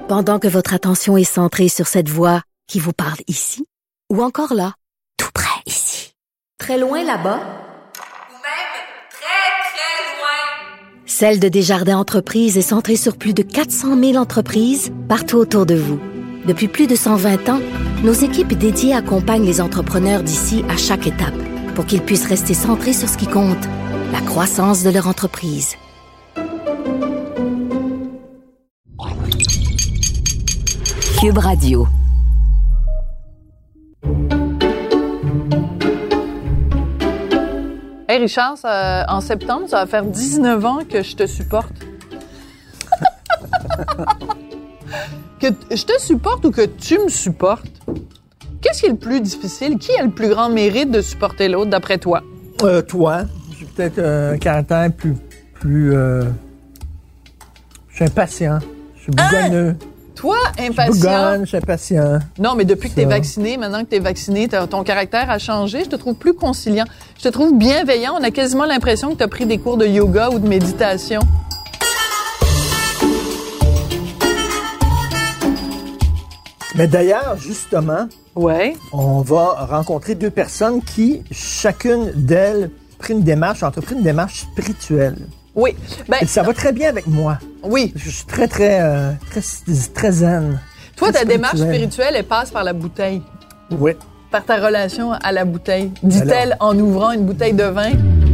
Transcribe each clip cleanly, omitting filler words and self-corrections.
Pendant que votre attention est centrée sur cette voix qui vous parle ici, ou encore là, tout près ici, très loin là-bas, ou même très, très loin. Celle de Desjardins Entreprises est centrée sur plus de 400 000 entreprises partout autour de vous. Depuis plus de 120 ans, nos équipes dédiées accompagnent les entrepreneurs d'ici à chaque étape pour qu'ils puissent rester centrés sur ce qui compte, la croissance de leur entreprise. Cube Radio. Hey Richard, en septembre, ça va faire 19 ans que je te supporte. Que je te supporte ou que tu me supportes? Qu'est-ce qui est le plus difficile? Qui a le plus grand mérite de supporter l'autre, d'après toi? Toi. J'ai peut-être un caractère plus je suis impatient. Je suis bougonneux. Toi, impatient. Je suis impatient. Non, mais depuis que t'es vacciné, maintenant que t'es vacciné, ton caractère a changé. Je te trouve plus conciliant. Je te trouve bienveillant. On a quasiment l'impression que t'as pris des cours de yoga ou de méditation. Mais d'ailleurs, justement, ouais, on va rencontrer deux personnes qui, chacune d'elles, entrepris une démarche spirituelle. Oui. Et ça va très bien avec moi. Oui. Je suis très zen. Toi, ta démarche spirituelle, elle passe par la bouteille. Oui. Par ta relation à la bouteille. Dit-elle en ouvrant une bouteille de vin.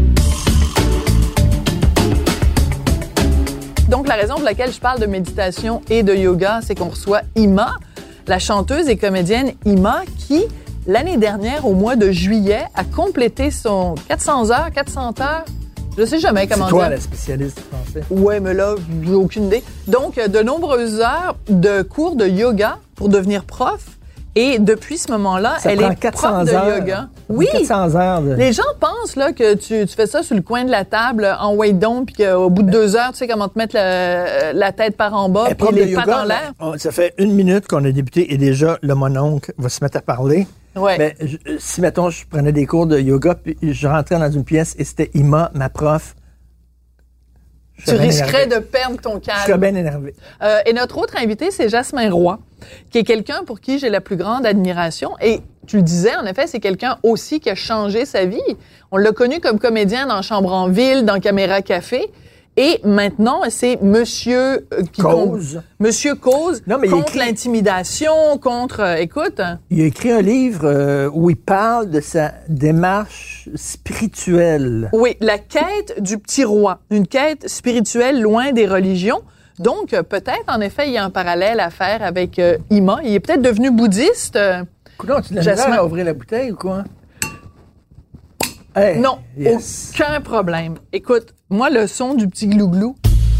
Donc, la raison pour laquelle je parle de méditation et de yoga, c'est qu'on reçoit Ima, la chanteuse et comédienne Ima, qui, l'année dernière, au mois de juillet, a complété son 400 heures. Je sais jamais comment dire. C'est toi la spécialiste français. Ouais, mais là, j'ai aucune idée. Donc, de nombreuses heures de cours de yoga pour devenir prof. Et depuis ce moment-là, elle est prof de yoga. Oui. 400 heures. Les gens pensent là que tu fais ça sur le coin de la table en weight down, puis qu'au bout de 2 heures, tu sais comment te mettre la tête par en bas, puis les pattes en l'air. Ça fait 1 minute qu'on a débuté et déjà le mononcle va se mettre à parler. Ouais. Mais si, mettons, je prenais des cours de yoga, puis je rentrais dans une pièce et c'était Ima, ma prof, tu risquerais de perdre ton calme. Je serais bien énervé. Et notre autre invité, c'est Jasmin Roy, qui est quelqu'un pour qui j'ai la plus grande admiration. Et tu le disais, en effet, c'est quelqu'un aussi qui a changé sa vie. On l'a connu comme comédien dans Chambre en ville, dans Caméra Café. Et maintenant, c'est Monsieur Cause. Monsieur Cause contre l'intimidation, écoute. Il a écrit un livre où il parle de sa démarche spirituelle. Oui, la quête du petit roi. Une quête spirituelle loin des religions. Donc, peut-être, en effet, il y a un parallèle à faire avec Ima. Il est peut-être devenu bouddhiste. Écoute, tu l'as à ouvrir la bouteille ou quoi? Hey, non, yes. Aucun problème. Écoute, moi, le son du petit glouglou.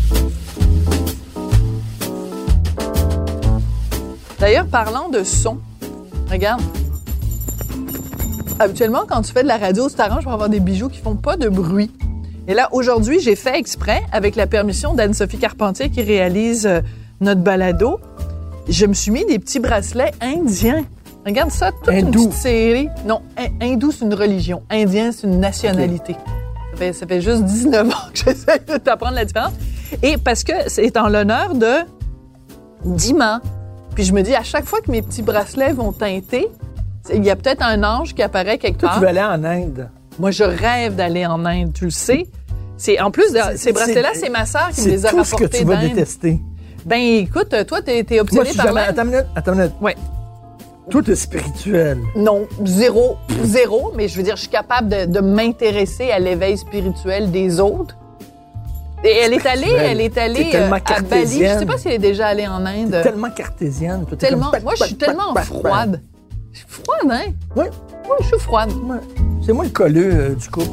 D'ailleurs, parlant de son, regarde. Habituellement, quand tu fais de la radio, tu t'arranges pour avoir des bijoux qui font pas de bruit. Et là, aujourd'hui, j'ai fait exprès, avec la permission d'Anne-Sophie Carpentier qui réalise notre balado, je me suis mis des petits bracelets indiens. Regarde ça, toute une petite série. Non, hindou, c'est une religion. Indien, c'est une nationalité. Okay. Ça fait juste 19 ans que j'essaie de t'apprendre la différence. Et parce que c'est en l'honneur de Dima. Puis je me dis, à chaque fois que mes petits bracelets vont teinter, il y a peut-être un ange qui apparaît quelque part. Tu veux aller en Inde? Moi, je rêve d'aller en Inde, tu le sais. En plus, ces bracelets-là, c'est ma sœur qui me les a rapportés d'Inde. C'est tout ce que tu vas détester. Ben, écoute, toi, t'es obsédé par l'Inde. Attends une minute. Ouais. Tout est spirituel. Non, zéro, mais je veux dire, je suis capable de m'intéresser à l'éveil spirituel des autres. Et elle est allée à Bali. Je sais pas si elle est déjà allée en Inde. T'es tellement cartésienne. Moi, je suis tellement froide. Je suis froide, hein? Oui. Oui, je suis froide. Ouais. C'est moi le colleux du couple.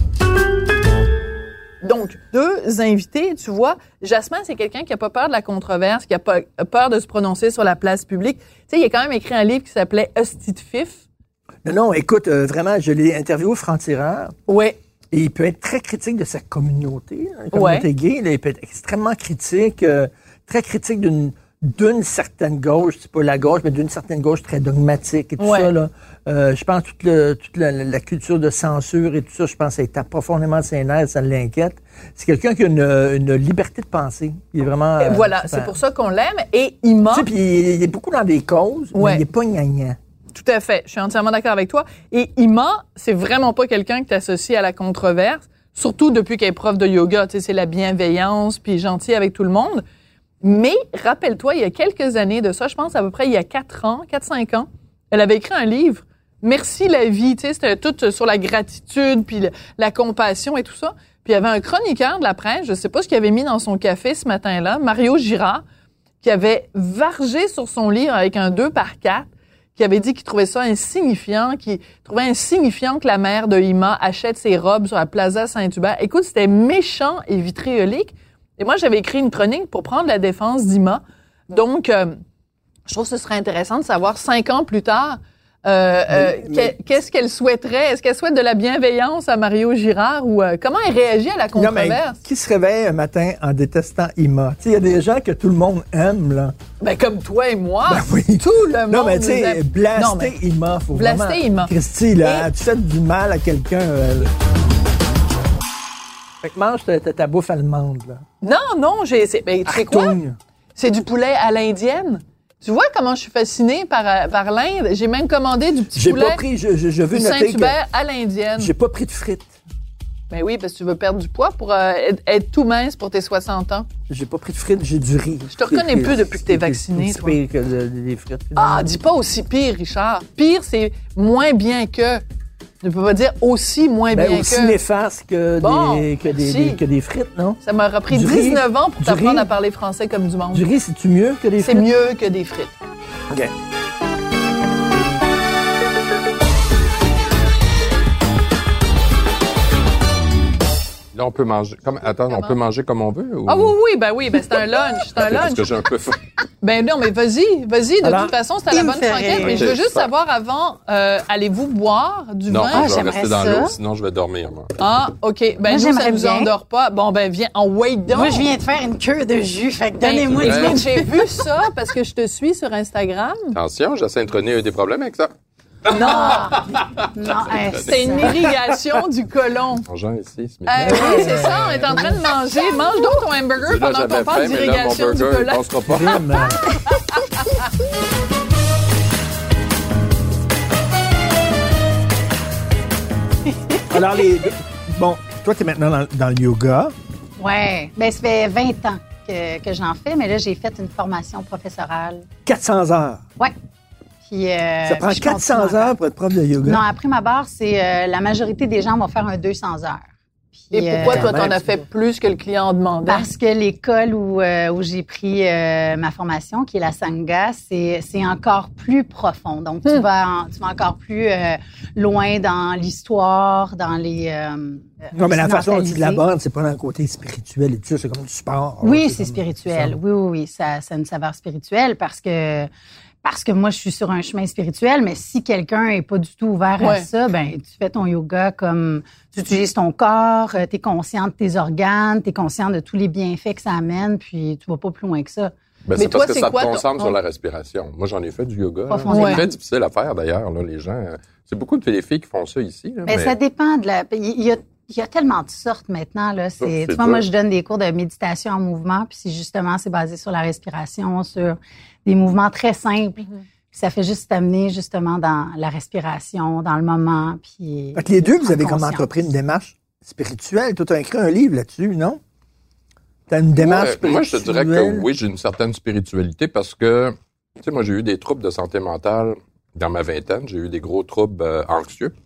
Donc, 2 invités, tu vois. Jasmin, c'est quelqu'un qui a pas peur de la controverse, qui a pas peur de se prononcer sur la place publique. Tu sais, il a quand même écrit un livre qui s'appelait Hostie de Fif. Non, écoute, vraiment, je l'ai interviewé au Franc-Tireur. Oui. Et il peut être très critique de sa communauté, la communauté gay. Là, il peut être extrêmement critique, très critique d'une d'une certaine gauche, c'est pas la gauche, mais d'une certaine gauche très dogmatique et tout Ouais. ça, là. Je pense que toute la culture de censure et tout ça, je pense que ça étape profondément de ses nerfs, ça l'inquiète. C'est quelqu'un qui a une liberté de penser. Il est vraiment... Et voilà, super. c'est pour ça qu'on l'aime. Et Ima, Tu sais, puis il est beaucoup dans des causes, Ouais. mais il est pas gnangnan. tout à fait, je suis entièrement d'accord avec toi. Et Ima, c'est vraiment pas quelqu'un que tu associes à la controverse, surtout depuis qu'elle est prof de yoga. Tu sais, c'est la bienveillance, puis gentil avec tout le monde. Mais rappelle-toi, il y a quelques années de ça, je pense à peu près il y a 4-5 ans, elle avait écrit un livre, Merci la vie. Tu sais, c'était tout sur la gratitude, puis la compassion et tout ça. Puis il y avait un chroniqueur de la presse, je sais pas ce qu'il avait mis dans son café ce matin-là, Mario Girard, qui avait vargé sur son livre avec un 2x4, qui avait dit qu'il trouvait ça insignifiant, qu'il trouvait insignifiant que la mère de Ima achète ses robes sur la Plaza Saint-Hubert. Écoute, c'était méchant et vitriolique. Et moi, j'avais écrit une chronique pour prendre la défense d'Ima. Donc, je trouve que ce serait intéressant de savoir 5 ans plus tard, qu'est-ce qu'elle souhaiterait? Est-ce qu'elle souhaite de la bienveillance à Mario Girard ou comment elle réagit à la Non, mais controverse? qui se réveille un matin en détestant Ima? Tu sais, il y a des gens que tout le monde aime, là. Ben, comme toi et moi. Ben oui. Tout le monde. Non, mais tu nous sais, aime. Non, blaster mais- Ima, faut Blaster vraiment... Ima. Christy, là, tu fais du mal à quelqu'un. Fait que mange ta bouffe allemande, là. Non, tu sais quoi? Achtung. C'est du poulet à l'indienne. Tu vois comment je suis fascinée par l'Inde? J'ai même commandé du petit J'ai poulet pas pris, je veux du noter que Saint-Hubert à l'indienne. j'ai pas pris de frites. Ben oui, parce que tu veux perdre du poids pour être tout mince pour tes 60 ans. J'ai pas pris de frites, j'ai du riz. Je te reconnais plus depuis que t'es vacciné, C'est toi. pire que des frites. Ah, dis pas aussi pire, Richard. Pire, c'est moins bien que. Ne peux pas dire aussi moins Ben, bien aussi que. néfaste que, Bon, que merci. des frites, non? Ça m'aura pris Du riz. 19 ans pour Du t'apprendre riz. à parler français comme du monde. Du riz, c'est-tu mieux que des C'est frites? mieux que des frites. OK. Là, on peut manger. On peut manger comme on veut? Ou... Ah oui, ben c'est un lunch, c'est un Parce lunch. que j'ai un peu faim. Ben non, mais vas-y, de Alors, toute façon, c'est à la il me bonne fait franquette. rire. Mais je veux Ok, juste super. savoir avant, allez-vous boire du Non, vin? je vais j'aimerais rester dans ça. l'eau, sinon je vais dormir, moi. Ah, OK. Ben Moi, nous, ça j'aimerais nous bien. endort pas. Bon, ben viens, en wait donc. Moi, je viens de faire une cure de jus, fait que Ben, donnez-moi du écoute, vin. j'ai vu ça parce que je te suis sur Instagram. Attention, j'essaie de traîner des problèmes avec ça. Non, hey, C'est une irrigation du côlon. Mangeant ici, ce Oui, c'est ça. On est en train de manger. Mange donc ton hamburger Là, pendant qu'on j'avais parle faim, mais là, mon d'irrigation du burger, il colon. passera pas. Crème. Alors, bon, toi, t'es maintenant dans le yoga. Ouais. Ben, ça fait 20 ans que j'en fais, mais là, j'ai fait une formation professorale. 400 heures. Ouais. Puis, Ça prend puis je 400 continue heures encore. pour être prof de yoga. Non, après ma barre, c'est la majorité des gens vont faire un 200 heures. Puis, Et pourquoi toi, quand t'en même, as fait plus que le client en demandait? Parce que l'école où j'ai pris ma formation, qui est la Sangha, c'est encore plus profond. Donc, tu vas encore plus loin dans l'histoire, dans les... Non, mais la façon dont tu occidentalisés. l'abordes, c'est pas dans le côté spirituel et tout ça, c'est comme du sport. Oui, C'est c'est comme spirituel. ça. Oui, ça a une saveur spirituelle parce que moi, je suis sur un chemin spirituel, mais si quelqu'un est pas du tout ouvert à Ouais. ça, ben tu fais ton yoga comme tu utilises ton corps, tu es conscient de tes organes, tu es conscient de tous les bienfaits que ça amène, puis tu vas pas plus loin que ça. Ben, Mais c'est parce toi, que c'est ça te quoi ton- concentre sur la respiration. Moi, j'en ai fait du yoga. là. Profondément. C'est très difficile à faire, d'ailleurs, là, les gens. C'est beaucoup de filles qui font ça ici. Là, Mais ça dépend de la. Il y a tellement de sortes maintenant. Là. c'est Tu vois, dur. moi, je donne des cours de méditation en mouvement, puis c'est basé sur la respiration, sur des mouvements très simples. Puis ça fait juste t'amener justement dans la respiration, dans le moment. Puis Fait que les deux, vous avez en comme conscience. entrepris une démarche spirituelle. Toi, tu as écrit un livre là-dessus, non? Tu as une démarche spirituelle. Moi, je te dirais que oui, j'ai une certaine spiritualité parce que, tu sais, moi, j'ai eu des troubles de santé mentale dans ma vingtaine. J'ai eu des gros troubles anxieux.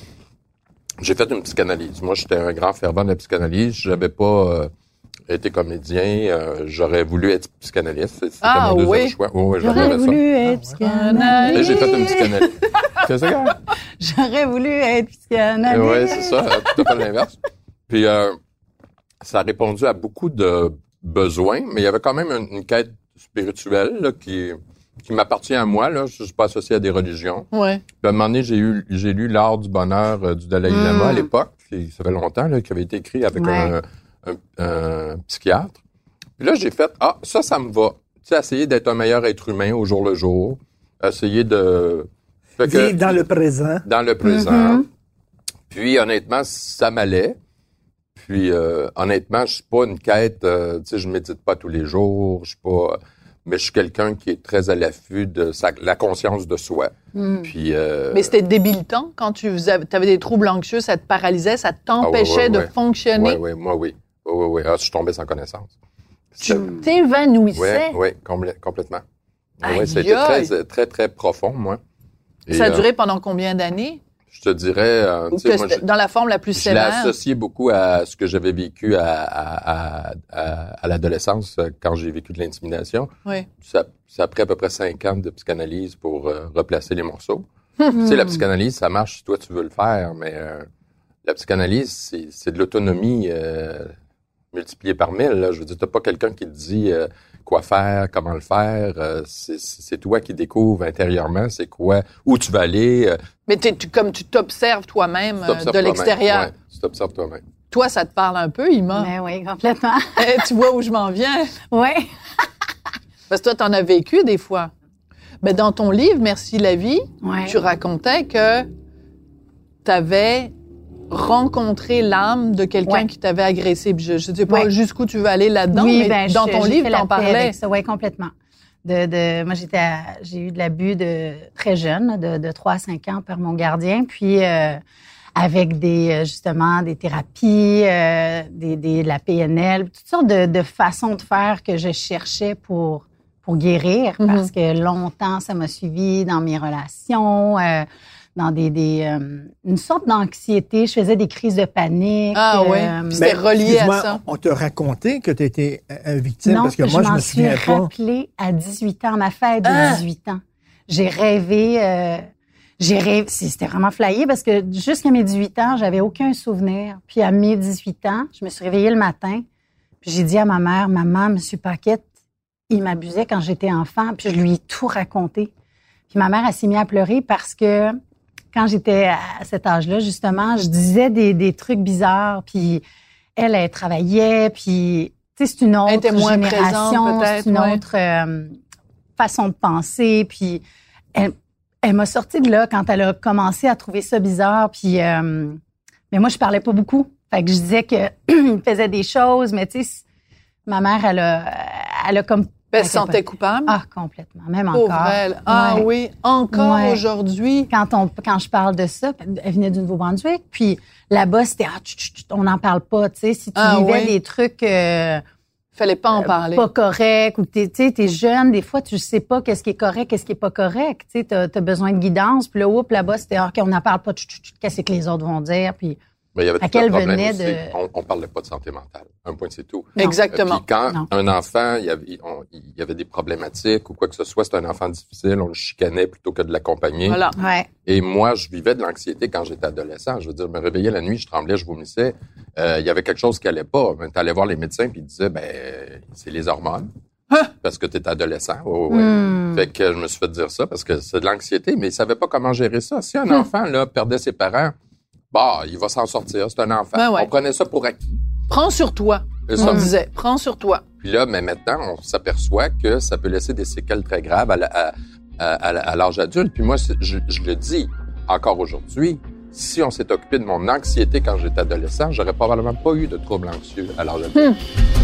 J'ai fait une psychanalyse. Moi, j'étais un grand fervent de la psychanalyse. J'avais pas été comédien. J'aurais voulu être psychanalyste. C'était Ah, mon deuxième oui. choix. Oui, J'aurais j'adorais ça. voulu être psychanalyste. Et j'ai fait une psychanalyse. Qu'est-ce que c'est? J'aurais voulu être psychanalyste. Oui, c'est ça, tout à fait l'inverse. Puis, ça a répondu à beaucoup de besoins, mais il y avait quand même une quête spirituelle là, qui m'appartient à moi. Là. Je ne suis pas associé à des religions. Ouais. Puis, à un moment donné, j'ai lu L'art du bonheur du Dalai Lama à l'époque, ça fait longtemps, là, qui avait été écrit avec Ouais. un psychiatre. Puis là, j'ai fait, ça me va. sais, essayer d'être un meilleur être humain au jour le jour. Essayer de... Vivre dans le présent. Dans le présent. Puis, honnêtement, ça m'allait. Puis, honnêtement, je suis pas une quête... tu sais, je médite pas tous les jours. Je suis pas... Mais je suis quelqu'un qui est très à l'affût de la conscience de soi. Puis, Mais c'était débilitant quand tu avais des troubles anxieux, ça te paralysait, ça t'empêchait de fonctionner. Oui, moi, oui. Oui. Ah, je suis tombé sans connaissance. Tu t'évanouissais? Oui, complètement. Aïe, Oui, c'était aïe. très, très, très profond, moi. Et, Ça a duré pendant combien d'années? Je te dirais... Ou tu sais, que moi, c'était dans la forme la plus je l'ai sévère? associé beaucoup à ce que j'avais vécu à l'adolescence quand j'ai vécu de l'intimidation. Oui. Ça a pris à peu près 5 ans de psychanalyse pour replacer les morceaux. Tu sais, la psychanalyse, ça marche si toi, tu veux le faire, mais la psychanalyse, c'est de l'autonomie multipliée par 1000. Là. Je veux dire, t'as pas quelqu'un qui te dit quoi faire, comment le faire. C'est toi qui découvres intérieurement c'est quoi, où tu vas aller. Mais comme tu t'observes toi-même de l'extérieur. Oui, tu t'observes toi-même. Toi, ça te parle un peu, Ima? Ben oui, complètement. Tu vois où je m'en viens? Oui. Parce que toi, t'en as vécu des fois. Mais dans ton livre, Merci la vie, Ouais. tu racontais que t'avais rencontré l'âme de quelqu'un Ouais. qui t'avait agressé. Puis je sais pas Ouais. jusqu'où tu veux aller là-dedans, Oui, mais ben, dans ton j'ai livre, fait la t'en paix parlais. avec ça. Oui, complètement. Moi, j'ai eu de l'abus très jeune, de 3 à 5 ans par mon gardien. Puis, avec justement, des thérapies, de la PNL, toutes sortes de façons de faire que je cherchais pour guérir. Parce que longtemps, ça m'a suivi dans mes relations, dans une sorte d'anxiété. Je faisais des crises de panique. Ah oui. Puis c'était relié à excuse-moi, ça. On t'a raconté que tu étais victime Non, parce que moi, je m'en me souviens suis pas. rappelée à 18 ans, à ma fête de 18 ans. J'ai rêvé, c'était vraiment flyé parce que jusqu'à mes 18 ans, j'avais aucun souvenir. Puis à mes 18 ans, je me suis réveillée le matin, puis j'ai dit à ma mère, maman, monsieur Paquette, il m'abusait quand j'étais enfant, puis je lui ai tout raconté. Puis ma mère, elle s'est mise à pleurer parce que quand j'étais à cet âge-là, justement, je disais des trucs bizarres, puis elle travaillait, puis tu sais, c'est une Elle était autre moins génération, présente, peut-être, c'est une ouais. autre façon de penser, puis elle m'a sorti de là quand elle a commencé à trouver ça bizarre, puis mais moi je parlais pas beaucoup, fait que je disais que il faisait des choses, mais tu sais, ma mère elle a comme Elle se sentait coupable? Ah, complètement, même Pauvre encore. elle. Ah Ouais. oui, encore Ouais. aujourd'hui. Quand je parle de ça, elle venait du Nouveau-Brunswick, puis là-bas, c'était on n'en parle pas, tu sais, si tu vivais ouais. des trucs Fallait pas en parler. pas corrects, ou t'es jeune, des fois, tu sais pas qu'est-ce qui est correct, qu'est-ce qui est pas correct, tu sais, t'as besoin de guidance, puis là-bas, c'était OK, on n'en parle pas, qu'est-ce que les autres vont dire, puis Mais il y avait À tout un quelle problème venait aussi. On parlait pas de santé mentale. Un point, c'est tout. Non. Exactement. Puis quand Non. un enfant, il y avait des problématiques ou quoi que ce soit, c'était un enfant difficile, on le chicanait plutôt que de l'accompagner. Voilà. ouais. Et moi, je vivais de l'anxiété quand j'étais adolescent. Je veux dire, je me réveillais la nuit, je tremblais, je vomissais. Il y avait quelque chose qui allait pas. Tu allais voir les médecins puis ils disaient, c'est les hormones. Parce que tu es adolescent. Fait que je me suis fait dire ça parce que c'est de l'anxiété, mais ils savaient pas comment gérer ça. Si un enfant, là, perdait ses parents, il va s'en sortir. C'est un enfant. Ben ouais. On prenait ça pour acquis. Prends sur toi. C'est ça. On disait, prends sur toi. Puis là, mais maintenant, on s'aperçoit que ça peut laisser des séquelles très graves à l'âge adulte. Puis moi, je le dis encore aujourd'hui, si on s'est occupé de mon anxiété quand j'étais adolescent, j'aurais probablement pas eu de troubles anxieux à l'âge adulte.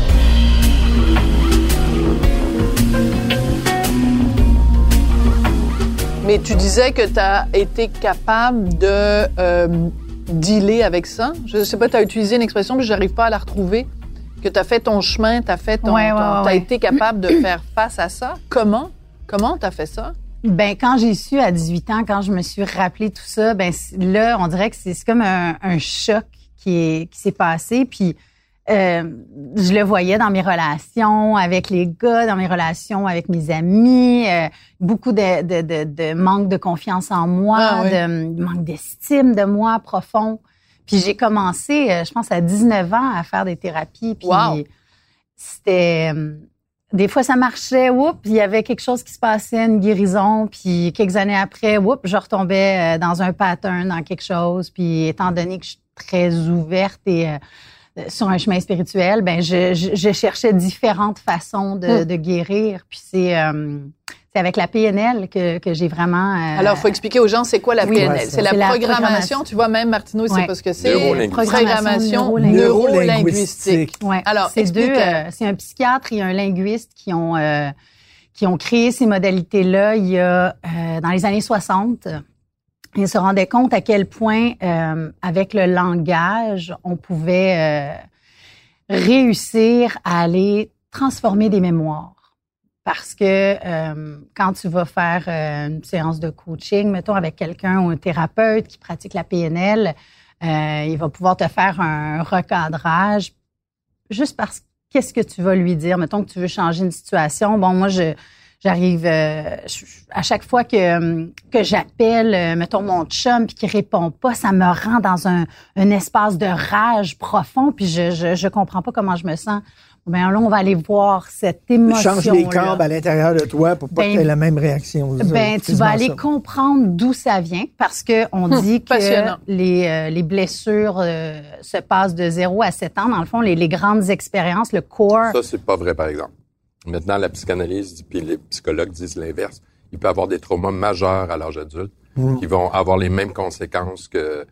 Mais tu disais que tu as été capable de dealer avec ça. Je sais pas, tu as utilisé une expression, mais j'arrive pas à la retrouver. Que tu as fait ton chemin, tu as fait ton... Ouais, ouais, t'as ouais. été capable de faire face à ça. Comment? Comment tu as fait ça? Ben quand j'ai su à 18 ans, quand je me suis rappelé tout ça, là, on dirait que c'est comme un choc qui s'est passé. Puis je le voyais dans mes relations avec les gars, dans mes relations avec mes amis, beaucoup de manque de confiance en moi, Ah oui. de manque d'estime de moi profond. Puis j'ai commencé, je pense, à 19 ans à faire des thérapies. Puis Wow. c'était... des fois, ça marchait, puis il y avait quelque chose qui se passait, une guérison, puis quelques années après, je retombais dans un pattern, dans quelque chose. Puis étant donné que je suis très ouverte et sur un chemin spirituel, ben je cherchais différentes façons de guérir. Puis c'est avec la PNL que j'ai vraiment... Alors, il faut expliquer aux gens, c'est quoi la PNL? ouais, c'est la programmation. Tu vois, même Martineau, il sait pas ce que c'est. Neurolinguistique. Programmation neuro-linguistique. Ouais. Alors, c'est c'est un psychiatre et un linguiste qui ont créé ces modalités-là il y a dans les années 60. Ils se rendaient compte à quel point, avec le langage, on pouvait réussir à aller transformer des mémoires. Parce que quand tu vas faire une séance de coaching, mettons avec quelqu'un ou un thérapeute qui pratique la PNL, il va pouvoir te faire un recadrage juste parce qu'est-ce que tu vas lui dire. Mettons que tu veux changer une situation. Bon, moi, j'arrive à chaque fois que j'appelle, mettons, mon chum puis qu'il répond pas, ça me rend dans un espace de rage profond puis je comprends pas comment je me sens. Ben là, on va aller voir cette émotion-là. Change les câbles à l'intérieur de toi pour pas que tu aies la même réaction. Tu vas aller comprendre d'où ça vient parce que on dit que les blessures se passent de 0 à 7 ans. Dans le fond, les grandes expériences, le core... Ça, c'est pas vrai, par exemple. Maintenant, la psychanalyse puis les psychologues disent l'inverse. Il peut y avoir des traumas majeurs à l'âge adulte qui vont avoir les mêmes conséquences que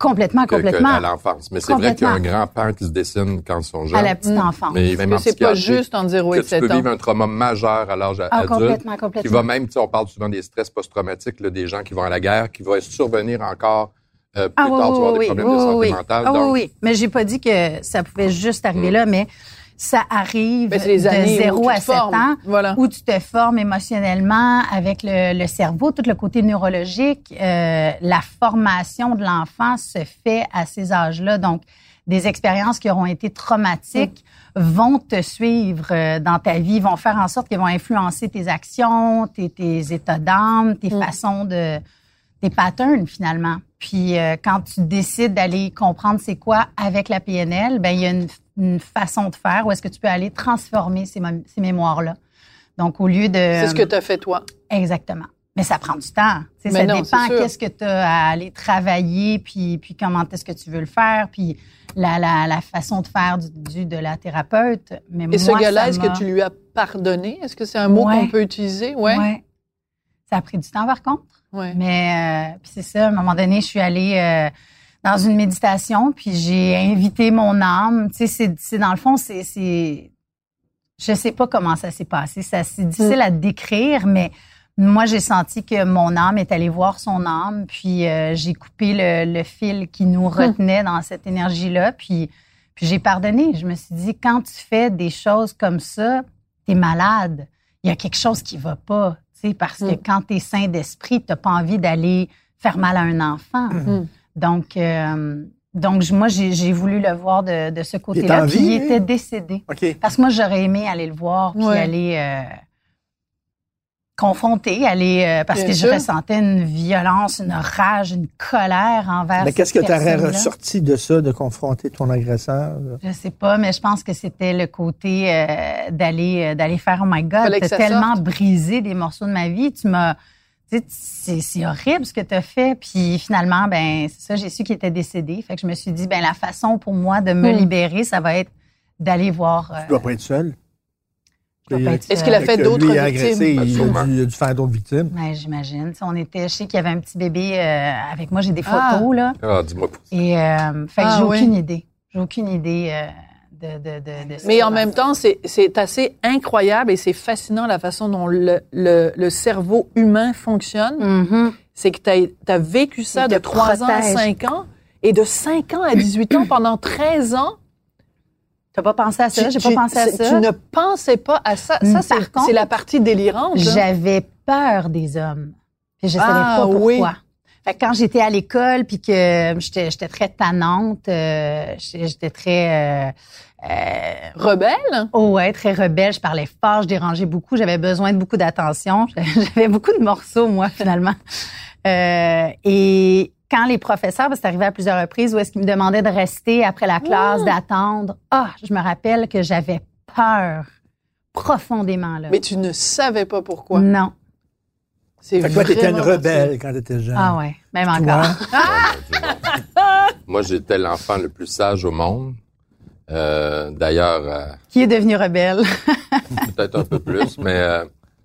à l'enfance. Mais c'est vrai qu'il y a un grand pan qui se dessine quand ils sont jeunes. À la petite enfance. Mais même parce que c'est pas juste en 0 et 7 ans. Tu peux vivre un trauma majeur à l'âge adulte. Complètement. Qui va même, on parle souvent des stress post-traumatiques, là, des gens qui vont à la guerre, qui vont survenir encore plus tard, tu vas avoir des problèmes de santé mentale. Oui. Mais j'ai pas dit que ça pouvait juste arriver là, mais ça arrive de 0 à 7 ans où tu te formes émotionnellement avec le cerveau, tout le côté neurologique. La formation de l'enfant se fait à ces âges-là. Donc, des expériences qui auront été traumatiques vont te suivre dans ta vie, vont faire en sorte qu'elles vont influencer tes actions, tes états d'âme, tes façons tes patterns finalement. Puis quand tu décides d'aller comprendre c'est quoi avec la PNL, ben il y a une façon de faire où est-ce que tu peux aller transformer ces mémoires-là. Donc, au lieu de... C'est ce que tu as fait, toi. Exactement. Mais ça prend du temps. Ça dépend qu'est-ce que tu as à aller travailler, puis comment est-ce que tu veux le faire, puis la façon de faire de la thérapeute. Mais et ce gars-là, est-ce que tu lui as pardonné? Est-ce que c'est un mot qu'on peut utiliser? Oui. Ça a pris du temps, par contre. Ouais. Mais puis c'est ça, à un moment donné, je suis allée... dans une méditation, puis j'ai invité mon âme. Tu sais, c'est dans le fond, je sais pas comment ça s'est passé. C'est difficile à décrire, mais moi, j'ai senti que mon âme est allée voir son âme, puis j'ai coupé le fil qui nous retenait dans cette énergie-là, puis j'ai pardonné. Je me suis dit, quand tu fais des choses comme ça, t'es malade. Il y a quelque chose qui va pas, tu sais, parce que quand t'es sain d'esprit, t'as pas envie d'aller faire mal à un enfant. Donc, moi, j'ai voulu le voir de ce côté-là. Puis il était décédé. Okay. Parce que moi, j'aurais aimé aller le voir, puis aller confronter, parce que je ressentais une violence, une rage, une colère envers mais qu'est-ce que tu aurais ressorti de ça, de confronter ton agresseur? Je sais pas, mais je pense que c'était le côté d'aller faire « Oh my God, t'as tellement brisé des morceaux de ma vie, tu m'as... » C'est horrible ce que tu as fait. Puis finalement, ben c'est ça, j'ai su qu'il était décédé. Fait que je me suis dit, ben la façon pour moi de me libérer, ça va être d'aller voir... Tu dois pas être seul. Est-ce qu'il a fait d'autres victimes? Agressé, il a dû faire d'autres victimes. Ben, j'imagine. Je sais qu'il y avait un petit bébé avec moi. J'ai des photos, là. Ah, dis-moi pas. Et fait que j'ai aucune idée. J'ai aucune idée... Mais en même temps, c'est assez incroyable et c'est fascinant la façon dont le cerveau humain fonctionne. C'est que tu as vécu ça de 3 ans à 5 ans et de 5 ans à 18 ans pendant 13 ans. T'as pas pensé à ça? J'ai pas pensé à ça. Tu ne pensais pas à ça. Ça, c'est la partie délirante. J'avais peur des hommes. Puis je savais pas pourquoi. Oui. Fait que quand j'étais à l'école puis que j'étais très tannante, j'étais très... rebelle? Oh ouais, très rebelle. Je parlais fort, je dérangeais beaucoup. J'avais besoin de beaucoup d'attention. J'avais beaucoup de morceaux, moi, finalement. Et quand les professeurs, parce que c'est arrivé à plusieurs reprises, où est-ce qu'ils me demandaient de rester après la classe, d'attendre. Je me rappelle que j'avais peur profondément. Là. Mais tu ne savais pas pourquoi? Non. Fait que toi, t'étais une rebelle quand t'étais jeune. Ah ouais, même encore. Moi, j'étais l'enfant le plus sage au monde. D'ailleurs... Qui est devenu rebelle. peut-être un peu plus, mais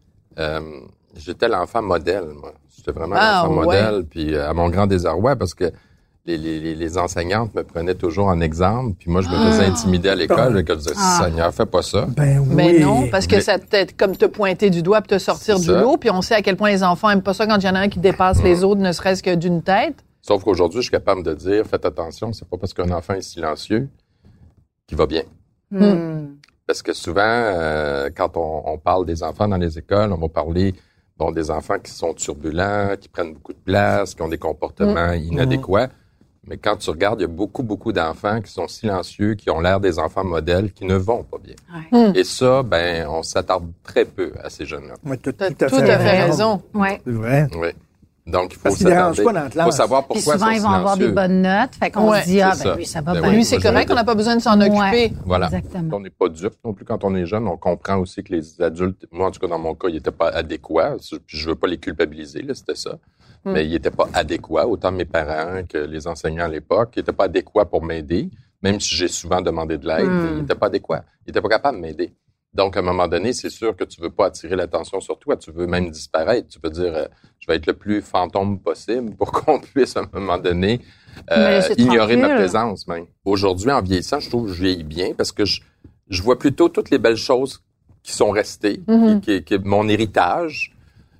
j'étais l'enfant modèle, moi. J'étais vraiment l'enfant modèle, puis à mon grand désarroi, parce que les enseignantes me prenaient toujours en exemple, puis moi, je me faisais intimider à l'école, et que je disais, Seigneur, fais pas ça. Ben oui. Mais non, parce que ça peut-être comme te pointer du doigt pour te sortir du lot, puis on sait à quel point les enfants aiment pas ça quand il y en a un qui dépasse les autres, ne serait-ce que d'une tête. Sauf qu'aujourd'hui, je suis capable de dire, faites attention, c'est pas parce qu'un enfant est silencieux qu'il va bien. Parce que souvent, quand on parle des enfants dans les écoles, on va parler des enfants qui sont turbulents, qui prennent beaucoup de place, qui ont des comportements inadéquats. Mais quand tu regardes, il y a beaucoup, beaucoup d'enfants qui sont silencieux, qui ont l'air des enfants modèles, qui ne vont pas bien. Et ça, on s'attarde très peu à ces jeunes-là. Oui, tout à fait raison. Ouais. C'est vrai. Oui. Donc, il faut Parce qu'ils dérangent s'attarder. pas dans la classe. Il faut savoir Puis pourquoi souvent, ils vont avoir des bonnes notes. Fait qu'on se dit, lui, ça va bien. Lui, c'est correct, on n'a pas besoin de s'en occuper. Voilà. Exactement. On n'est pas dupe non plus quand on est jeune. On comprend aussi que les adultes, moi, en tout cas, dans mon cas, ils n'étaient pas adéquats. Puis je veux pas les culpabiliser, là, c'était ça. Mais ils n'étaient pas adéquats. Autant mes parents que les enseignants à l'époque, ils n'étaient pas adéquats pour m'aider. Même si j'ai souvent demandé de l'aide, ils n'étaient pas adéquats. Ils n'étaient pas capables de m'aider. Donc, à un moment donné, c'est sûr que tu veux pas attirer l'attention sur toi. Tu veux même disparaître. Tu peux dire, je vais être le plus fantôme possible pour qu'on puisse, à un moment donné, ignorer ma présence même. Aujourd'hui, en vieillissant, je trouve que je vieillis bien parce que je vois plutôt toutes les belles choses qui sont restées, qui mon héritage,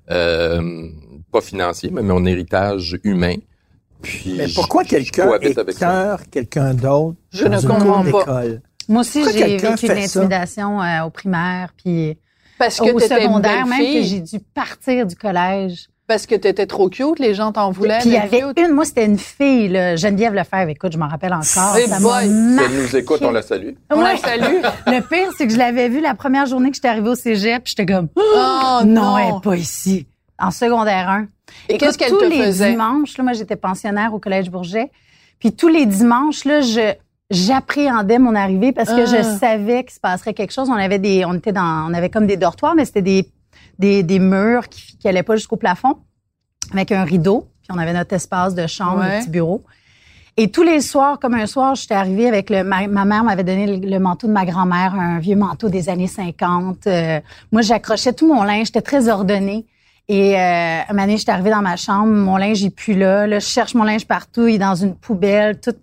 pas financier, mais mon héritage humain. Puis mais pourquoi quelqu'un écœure quelqu'un d'autre? Je ne comprends pas. Moi aussi, j'ai vécu de l'intimidation au primaire, puis parce que au secondaire, même fille. Que j'ai dû partir du collège. Parce que t'étais trop cute, les gens t'en voulaient. Puis il y avait moi, c'était une fille, là, Geneviève Lefebvre, écoute, je m'en rappelle encore. Ça Si elle nous écoute, on la salue. On la salue. Le pire, c'est que je l'avais vue la première journée que j'étais arrivée au cégep, puis j'étais comme, non, elle est pas ici. En secondaire 1. Et qu'est-ce qu'elle te faisait? Tous les dimanches, là, moi, j'étais pensionnaire au Collège Bourget, puis tous les dimanches, là, j'appréhendais mon arrivée parce que je savais qu'il se passerait quelque chose. On avait comme des dortoirs, mais c'était des murs qui allaient pas jusqu'au plafond avec un rideau. Puis on avait notre espace de chambre, de petit bureau. Et tous les soirs, comme un soir, j'étais arrivée avec ma mère m'avait donné le manteau de ma grand-mère, un vieux manteau des années 50. Moi, j'accrochais tout mon linge. J'étais très ordonnée. Et un moment donné, j'étais arrivée dans ma chambre. Mon linge est plus là. Là, je cherche mon linge partout. Il est dans une poubelle, tout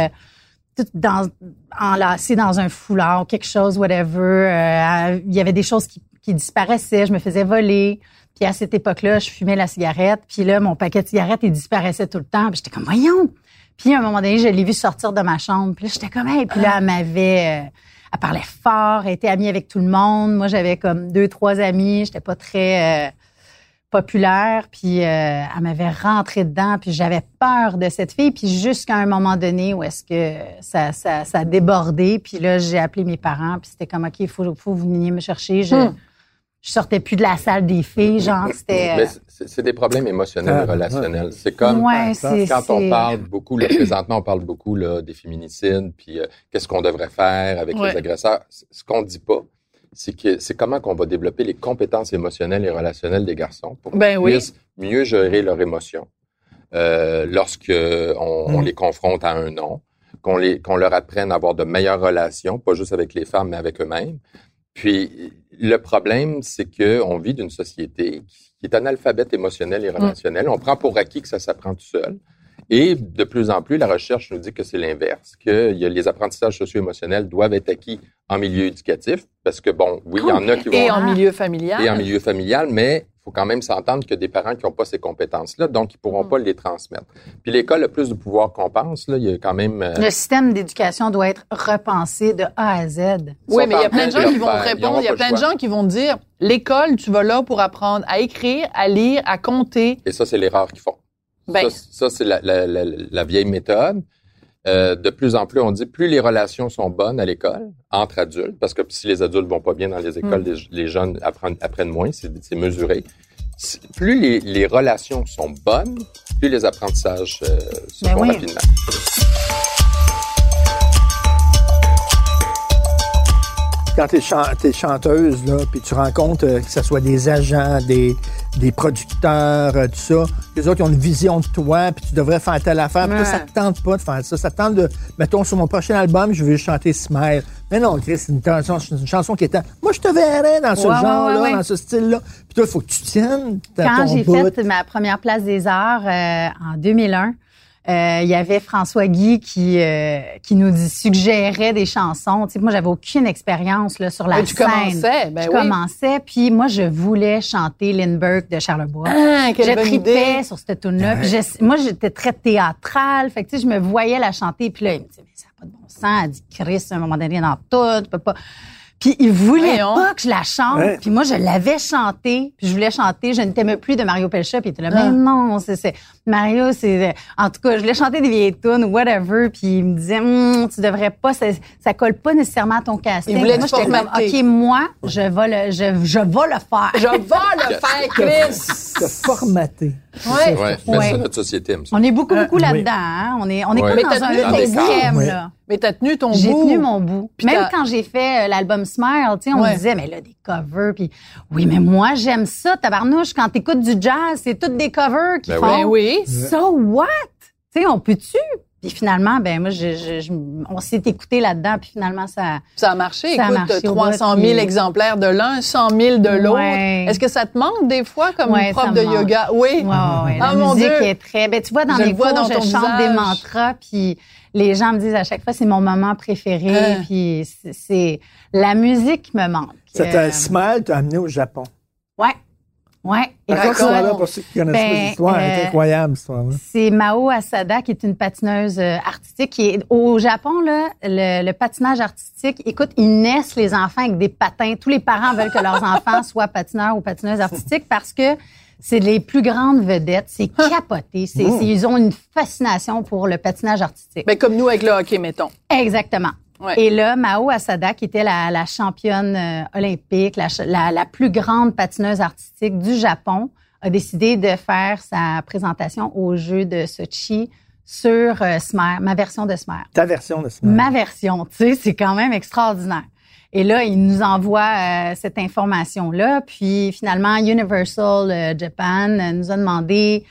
enlacé dans un foulard, quelque chose, whatever. Il y avait des choses qui disparaissaient. Je me faisais voler. Puis à cette époque-là, je fumais la cigarette. Puis là, mon paquet de cigarettes, il disparaissait tout le temps. Puis j'étais comme, voyons. Puis à un moment donné, je l'ai vu sortir de ma chambre. Puis là, j'étais comme, hey. Puis là, elle parlait fort. Elle était amie avec tout le monde. Moi, j'avais comme 2-3 amis. J'étais pas très populaire. Puis elle m'avait rentré dedans. Puis j'avais peur de cette fille. Puis jusqu'à un moment donné où est-ce que ça a débordé. Puis là, j'ai appelé mes parents. Puis c'était comme, OK, il faut vous veniez me chercher. Je sortais plus de la salle des filles, genre, c'était... Mais c'est des problèmes émotionnels et relationnels. C'est comme quand on parle beaucoup, là, présentement, on parle beaucoup là, des féminicides, puis qu'est-ce qu'on devrait faire avec les agresseurs. Ce qu'on dit pas, c'est comment qu'on va développer les compétences émotionnelles et relationnelles des garçons pour qu'ils puissent mieux gérer leurs émotions lorsqu'on les confronte à un non, qu'on leur apprenne à avoir de meilleures relations, pas juste avec les femmes, mais avec eux-mêmes. Puis, le problème, c'est qu'on vit d'une société qui est analphabète émotionnelle et relationnelle. On prend pour acquis que ça s'apprend tout seul. Et de plus en plus, la recherche nous dit que c'est l'inverse, que les apprentissages socio-émotionnels doivent être acquis en milieu éducatif, parce que, il y en a qui vont... Et en milieu familial. Et en milieu familial, mais il faut quand même s'entendre que des parents qui n'ont pas ces compétences-là, donc ils pourront pas les transmettre. Puis l'école a plus de pouvoir qu'on pense, là, il y a quand même... Le système d'éducation doit être repensé de A à Z. Oui, mais il y a plein de gens qui vont répondre, il y a plein de gens qui vont dire, l'école, tu vas là pour apprendre à écrire, à lire, à compter. Et ça, c'est l'erreur qu'ils font. Ça, c'est la vieille méthode. De plus en plus, on dit, plus les relations sont bonnes à l'école, entre adultes, parce que si les adultes vont pas bien dans les écoles, les jeunes apprennent moins, c'est mesuré. Plus les relations sont bonnes, plus les apprentissages se font rapidement. quand t'es chanteuse, là, puis tu rencontres que ce soit des agents, des producteurs, tout ça, les autres ils ont une vision de toi, puis tu devrais faire telle affaire, puis toi, ça te tente pas de faire ça. Ça te tente de, mettons, sur mon prochain album, je veux chanter Smile. Mais non, Chris, c'est une chanson qui est... Moi, je te verrais dans ce genre-là, dans ce style-là. Puis toi, il faut que tu tiennes Quand j'ai fait ma première place des arts en 2001, il y avait François Guy qui nous suggérait des chansons. Tu sais, moi, j'avais aucune expérience là sur la scène. Tu commençais, je commençais, puis moi, je voulais chanter Lindbergh de Charlebois. Je tripais sur cette tune-là. Moi, j'étais très théâtrale. Fait que tu sais, je me voyais la chanter. Puis là, il me dit, mais ça n'a pas de bon sens. Elle dit, Chris, à un moment donné, dans tout, tu peux pas... Puis il voulait pas que je la chante. Ouais. Puis moi, je l'avais chantée. Puis je voulais chanter. Je ne t'aimais plus de Mario Pelcha. Puis il était là, mais non, c'est Mario, c'est... En tout cas, je voulais chanter des vieilles tunes ou whatever. Puis il me disait, tu devrais pas... Ça colle pas nécessairement à ton casting. Il voulait moi, j'étais comme, OK, moi, je vais le faire. Je vais le faire, Chris! Te formater. Ouais. Mais c'est notre société, aime ça. On est beaucoup là-dedans, hein. On est comme dans un extrême, là. Mais t'as tenu ton bout. J'ai tenu mon bout. Puis même quand j'ai fait l'album Smile, tu sais, on me disait, mais là, des covers, puis oui, mais moi, j'aime ça, tabarnouche. Quand t'écoutes du jazz, c'est toutes des covers qui font. Ben oui. So what? Tu sais, on peut-tu? Puis finalement, moi, on s'est écouté là-dedans, puis finalement, ça a marché. Écoute, 300 000 exemplaires de l'un, 100 000 de l'autre. Ouais. Est-ce que ça te manque des fois comme prof de yoga? Oui. Ouais. La musique est très... tu vois, dans les cours, je chante des mantras, puis les gens me disent à chaque fois, c'est mon moment préféré, puis c'est... La musique me manque. Cette Smile t'a amené au Japon. Ouais. Là, pour ceux qui connaissent pas l'histoire, c'est incroyable, cette histoire-là. C'est Mao Asada, qui est une patineuse artistique. Qui est, au Japon, là, le patinage artistique, écoute, ils naissent les enfants avec des patins. Tous les parents veulent que leurs enfants soient patineurs ou patineuses artistiques parce que c'est les plus grandes vedettes. C'est capoté. Ils ont une fascination pour le patinage artistique. Comme nous avec le hockey, mettons. Exactement. Ouais. Et là, Mao Asada, qui était la championne olympique, la plus grande patineuse artistique du Japon, a décidé de faire sa présentation aux Jeux de Sochi sur Smer, ma version de Smer. Ta version de Smer. Ma version, tu sais, c'est quand même extraordinaire. Et là, il nous envoie cette information-là. Puis finalement, Universal Japan nous a demandé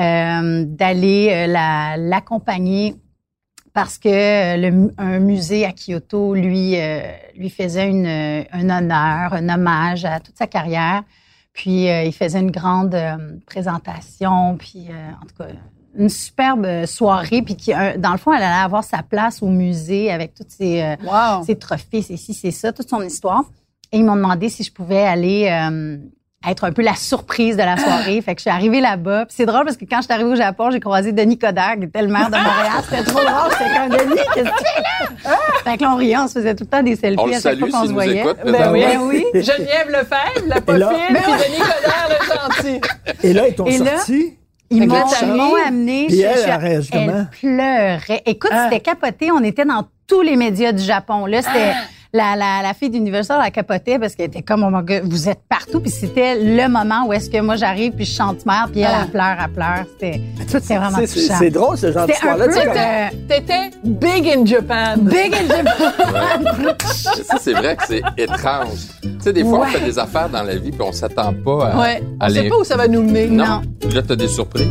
d'aller l'accompagner parce que un musée à Kyoto lui faisait un honneur, un hommage à toute sa carrière. Puis il faisait une grande présentation, puis en tout cas une superbe soirée, puis qui dans le fond elle allait avoir sa place au musée avec tous ses trophées, c'est ci, c'est ça, toute son histoire. Et ils m'ont demandé si je pouvais aller être un peu la surprise de la soirée. Fait que je suis arrivée là-bas. Puis c'est drôle parce que quand je suis arrivée au Japon, j'ai croisé Denis Coderre, qui était le maire de Montréal. C'était trop drôle. C'était comme Denis, qu'est-ce que tu fais là? Fait que là, on riait, on se faisait tout le temps des selfies à chaque fois qu'on se voyait. Ben oui. Geneviève Lefebvre, la poffine, puis Denis Coderre, le gentil. Et là, ils t'ont sorti. Ils m'ont amené. Puis elle pleurait. Écoute, c'était capoté. On était dans tous les médias du Japon. Là, c'était... La fille d'Universal a capoté parce qu'elle était comme, oh mon gars, vous êtes partout. Puis c'était le moment où est-ce que moi j'arrive puis je chante mère puis elle pleure. C'était vraiment touchant. C'est drôle ce genre d'histoire-là. T'étais big in Japan. Big in Japan. Ça, c'est vrai que c'est étrange. Tu sais, des fois, on fait des affaires dans la vie puis on s'attend pas à on sait pas où ça va nous mener. Non. Là, t'as des surprises.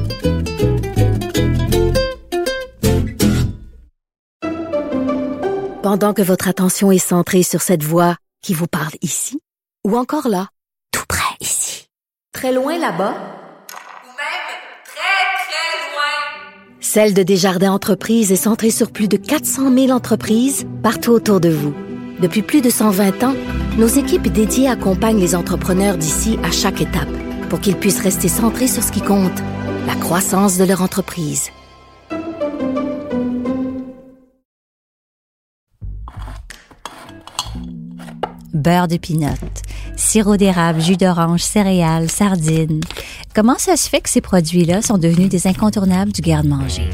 Pendant que votre attention est centrée sur cette voix qui vous parle ici, ou encore là, tout près ici, très loin là-bas, ou même très, très loin, Celle de Desjardins Entreprises est centrée sur plus de 400 000 entreprises partout autour de vous. Depuis plus de 120 ans, nos équipes dédiées accompagnent les entrepreneurs d'ici à chaque étape pour qu'ils puissent rester centrés sur ce qui compte, la croissance de leur entreprise. Beurre de pinot, sirop d'érable, jus d'orange, céréales, sardines. Comment ça se fait que ces produits-là sont devenus des incontournables du garde-manger?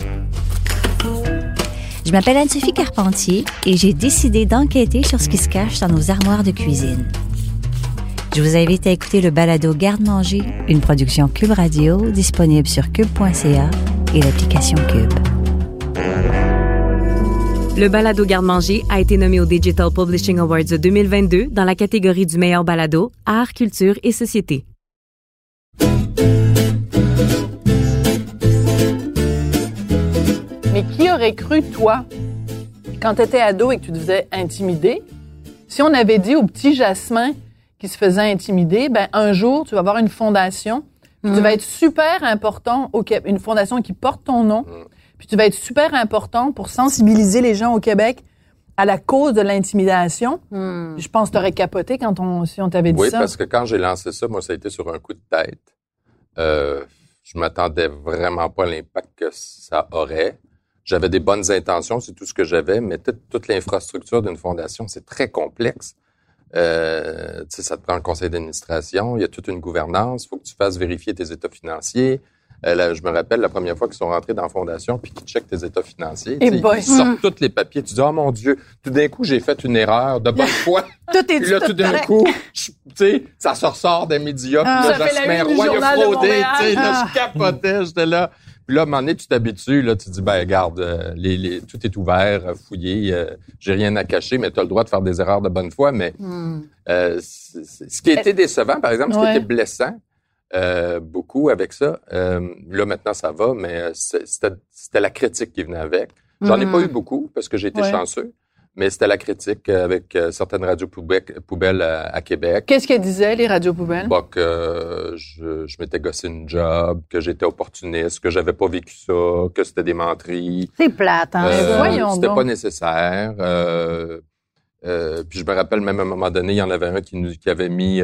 Je m'appelle Anne-Sophie Carpentier et j'ai décidé d'enquêter sur ce qui se cache dans nos armoires de cuisine. Je vous invite à écouter le balado Garde-manger, une production Cube Radio disponible sur cube.ca et l'application Cube. Le balado Garde-manger a été nommé au Digital Publishing Awards 2022 dans la catégorie du meilleur balado, art, culture et société. Mais qui aurait cru, toi, quand tu étais ado et que tu te faisais intimider, si on avait dit au petit Jasmin qui se faisait intimider, ben un jour, tu vas avoir une fondation, puis tu vas être super important au Québec, une fondation qui porte ton nom, puis tu vas être super important pour sensibiliser les gens au Québec à la cause de l'intimidation. Je pense que tu aurais capoté si on t'avait dit ça. Oui, parce que quand j'ai lancé ça, moi, ça a été sur un coup de tête. Je m'attendais vraiment pas à l'impact que ça aurait. J'avais des bonnes intentions, c'est tout ce que j'avais, mais toute l'infrastructure d'une fondation, c'est très complexe. Tu sais, ça te prend le conseil d'administration, il y a toute une gouvernance, il faut que tu fasses vérifier tes états financiers. Je me rappelle la première fois qu'ils sont rentrés dans la fondation puis qu'ils checkent tes états financiers. Ils sortent tous les papiers. Tu dis, oh mon Dieu, tout d'un coup, j'ai fait une erreur de bonne foi. Tout est puis là, tout d'un coup, tu sais, ça se ressort des médias. Puis là, Jasmin Roy, il a fraudé. Tu sais, là, je capotais, j'étais là. Puis là, à un moment donné, tu t'habitues, là, tu te dis, ben, regarde, tout est ouvert, fouillé, j'ai rien à cacher, mais tu as le droit de faire des erreurs de bonne foi. Mais ce qui était décevant, par exemple, ce qui était blessant, beaucoup avec ça, là, maintenant, ça va, mais c'était la critique qui venait avec. J'en ai pas eu beaucoup, parce que j'ai été chanceux. Mais c'était la critique avec certaines radios poubelles à Québec. Qu'est-ce qu'elles disaient, les radios poubelles? Bah, que je m'étais gossé une job, que j'étais opportuniste, que j'avais pas vécu ça, que c'était des menteries. C'est plate, hein? Voyons c'était donc. pas nécessaire. Puis je me rappelle même à un moment donné, il y en avait un qui avait mis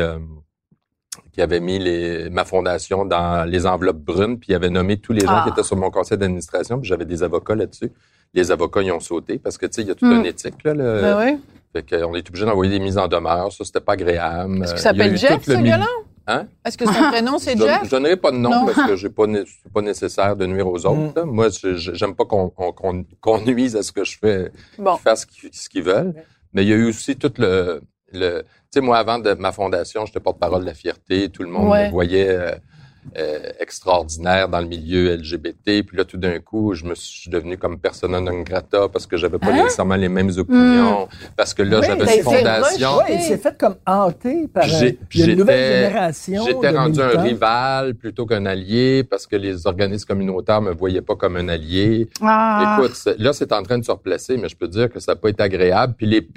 ma fondation dans les enveloppes brunes, puis il avait nommé tous les gens qui étaient sur mon conseil d'administration, puis j'avais des avocats là-dessus. Les avocats, ils ont sauté parce que, tu sais, il y a toute une éthique, là. Fait qu'on est obligé d'envoyer des mises en demeure. Ça, c'était pas agréable. Est-ce qu'il s'appelle Jeff, ce gars-là? Hein? Est-ce que son prénom, c'est Jeff? Je donnerai pas de nom parce que c'est pas nécessaire de nuire aux autres. Là. Moi, j'aime pas qu'on nuise à ce que je fais, qu'ils fassent ce qu'ils veulent. Mais il y a eu aussi tout le tu sais, moi, avant de ma fondation, j'étais porte-parole de la fierté. Tout le monde me voyait extraordinaire dans le milieu LGBT. Puis là, tout d'un coup, je suis devenu comme persona non grata parce que j'avais pas nécessairement les mêmes opinions. Parce que là, j'avais une fondation. Oui, il s'est fait comme hanté par une nouvelle génération. J'étais rendu un rival plutôt qu'un allié parce que les organismes communautaires me voyaient pas comme un allié. Écoute, là, c'est en train de se replacer, mais je peux dire que ça n'a pas été agréable. Puis les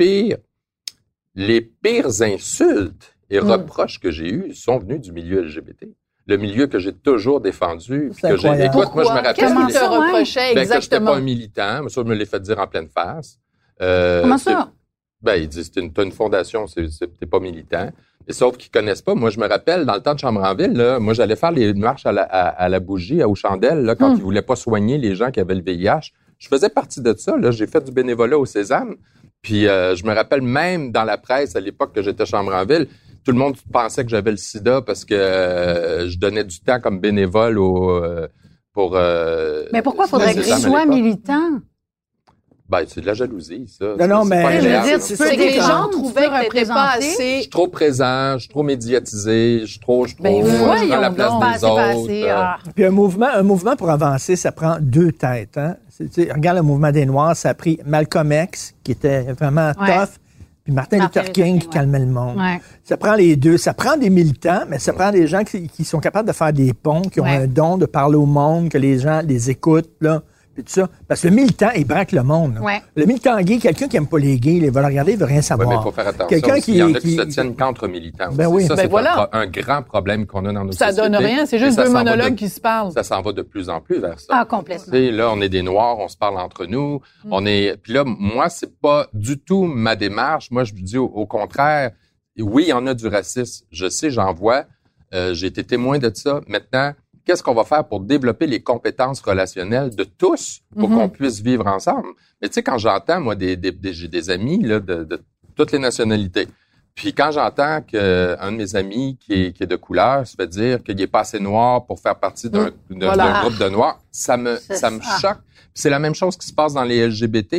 pires insultes et reproches que j'ai eus sont venus du milieu LGBT. Le milieu que j'ai toujours défendu. Puis que j'ai. Écoute, moi, je me rappelle. Qu'est-ce qu'il te reprochait exactement? Que j'étais pas un militant. Ça, je me l'ai fait dire en pleine face. Comment ça? Il dit, t'as une fondation, t'es pas militant. Et sauf qu'ils connaissent pas. Moi, je me rappelle, dans le temps de Chambre-en-Ville, là, moi, j'allais faire les marches à la bougie, aux chandelles, là, quand ils voulaient pas soigner les gens qui avaient le VIH. Je faisais partie de ça, là. J'ai fait du bénévolat au Sésame. Puis, je me rappelle même dans la presse, à l'époque que j'étais Chambre-en-Ville, tout le monde pensait que j'avais le sida parce que je donnais du temps comme bénévole pour... Mais pourquoi faudrait que je sois militant? C'est de la jalousie, ça. Non, mais je veux dire, c'est que les gens trouvaient que t'étais pas assez... Je suis trop présent, je suis trop médiatisé, je suis trop je prends la place des autres. Puis un mouvement pour avancer, ça prend deux têtes. Hein? Regarde le mouvement des Noirs, ça a pris Malcolm X, qui était vraiment tough, puis Martin Luther King qui calmait le monde. Ouais. Ça prend les deux. Ça prend des militants, mais ça prend des gens qui sont capables de faire des ponts, qui ont un don de parler au monde, que les gens les écoutent, là. Puis tout ça. Parce que le militant, il braque le monde. Le militant gay, quelqu'un qui aime pas les gays, il va le regarder, il veut rien savoir. Oui, mais il faut faire attention. Il y en a qui se tiennent contre militants. Ça, c'est un grand problème qu'on a dans nos sociétés. Ça donne rien, c'est juste deux monologues qui se parlent. Ça s'en va de plus en plus vers ça. Ah, complètement. Là, on est des Noirs, on se parle entre nous. Puis là, moi, c'est pas du tout ma démarche. Moi, je dis au contraire, oui, il y en a du racisme. Je sais, j'en vois. J'ai été témoin de ça. Maintenant, qu'est-ce qu'on va faire pour développer les compétences relationnelles de tous pour qu'on puisse vivre ensemble? Mais tu sais, quand j'entends, moi, j'ai des amis là, de toutes les nationalités. Puis quand j'entends qu'un de mes amis qui est de couleur se fait dire qu'il est pas assez noir pour faire partie d'un groupe de noirs, ça me choque. Puis c'est la même chose qui se passe dans les LGBT.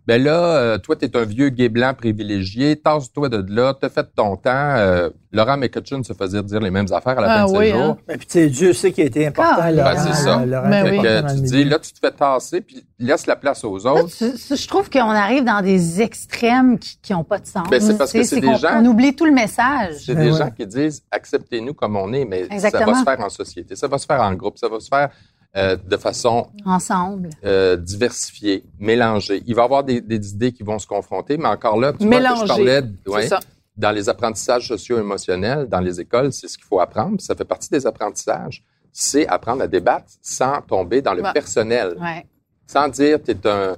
ben là, toi, t'es un vieux gay blanc privilégié, tasse-toi de là, t'as fait ton temps. Laurent McCutcheon se faisait dire les mêmes affaires à la fin de ses jours. Et puis, tu sais, Dieu sait qu'il a été important. Ben, c'est ça. Mais oui. Que tu dis, là, tu te fais tasser, puis laisse la place aux autres. Je trouve qu'on arrive dans des extrêmes qui ont pas de sens. Ben, c'est parce que c'est des gens... On oublie tout le message. C'est des gens qui disent, acceptez-nous comme on est, mais ça va se faire en société, ça va se faire en groupe, ça va se faire de façon... Ensemble. Diversifiée, mélangée. Il va y avoir des idées qui vont se confronter, mais encore là, tu mélangée, vois que je parlais... c'est ça. Dans les apprentissages socio-émotionnels, dans les écoles, c'est ce qu'il faut apprendre. Ça fait partie des apprentissages. C'est apprendre à débattre sans tomber dans le personnel. Ouais. Sans dire, t'es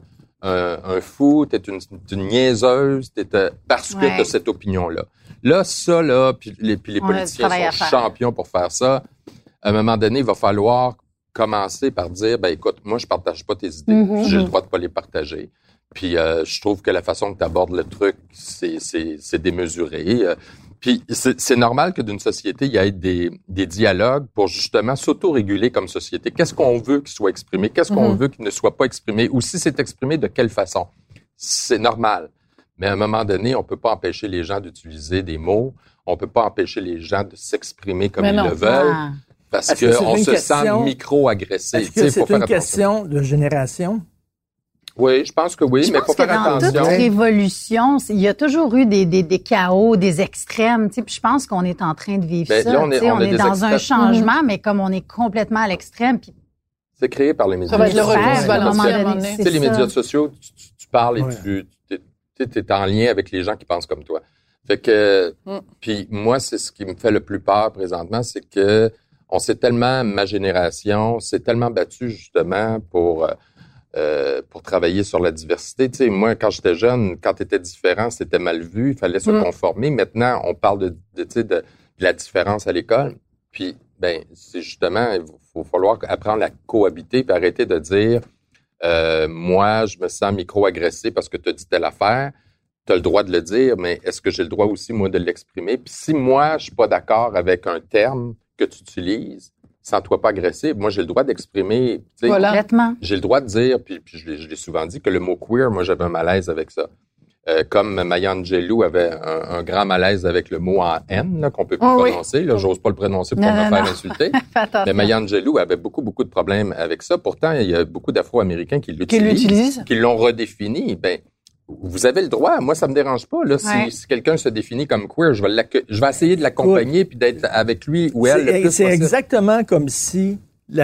un fou, t'es une niaiseuse, parce que t'as cette opinion-là. Là, ça, là, puis les politiciens sont champions pour faire ça. À un moment donné, il va falloir commencer par dire, ben écoute, moi, je partage pas tes idées. J'ai le droit de pas les partager. Puis je trouve que la façon que tu abordes le truc, c'est démesuré. Puis c'est normal que d'une société, il y ait des dialogues pour justement s'autoréguler comme société. Qu'est-ce qu'on veut qu'il soit exprimé? Qu'est-ce qu'on veut qu'il ne soit pas exprimé? Ou si c'est exprimé, de quelle façon? C'est normal. Mais à un moment donné, on peut pas empêcher les gens d'utiliser des mots. On peut pas empêcher les gens de s'exprimer comme ils le veulent. Parce qu'on se sent micro-agressé. Est-ce que c'est une question de génération? Oui, je pense que oui, mais faut faire attention. Dans toute révolution, il y a toujours eu des chaos, des extrêmes, tu sais, puis je pense qu'on est en train de vivre ça. Là, on est dans un changement, mais comme on est complètement à l'extrême, puis c'est créé par les médias. Ça va être le retour du balancier. Tu sais, les médias sociaux, tu parles et tu es en lien avec les gens qui pensent comme toi. Fait que, puis moi, c'est ce qui me fait le plus peur présentement, c'est que ma génération s'est tellement battue justement pour travailler sur la diversité. Tu sais, moi, quand j'étais jeune, quand tu étais différent, c'était mal vu, il fallait se conformer. Maintenant, on parle de la différence à l'école. Puis, ben, c'est justement, il va falloir apprendre à cohabiter puis arrêter de dire moi, je me sens micro-agressé parce que tu as dit telle affaire. Tu as le droit de le dire, mais est-ce que j'ai le droit aussi, moi, de l'exprimer? Puis si moi, je suis pas d'accord avec un terme que tu utilises, sens-toi pas agressé. Moi, j'ai le droit d'exprimer. Voilà. J'ai le droit de dire, puis je l'ai souvent dit, que le mot queer, moi, j'avais un malaise avec ça. Comme Maya Angelou avait un grand malaise avec le mot en N, là, qu'on peut plus prononcer. Là, j'ose pas le prononcer pour me faire insulter. Mais Maya Angelou avait beaucoup de problèmes avec ça. Pourtant, il y a beaucoup d'Afro-Américains qui l'utilisent, qui l'ont redéfini. Ben, vous avez le droit. Moi, ça me dérange pas. Là, si quelqu'un se définit comme queer, je vais essayer de l'accompagner puis d'être avec lui ou elle le plus possible. C'est exactement comme si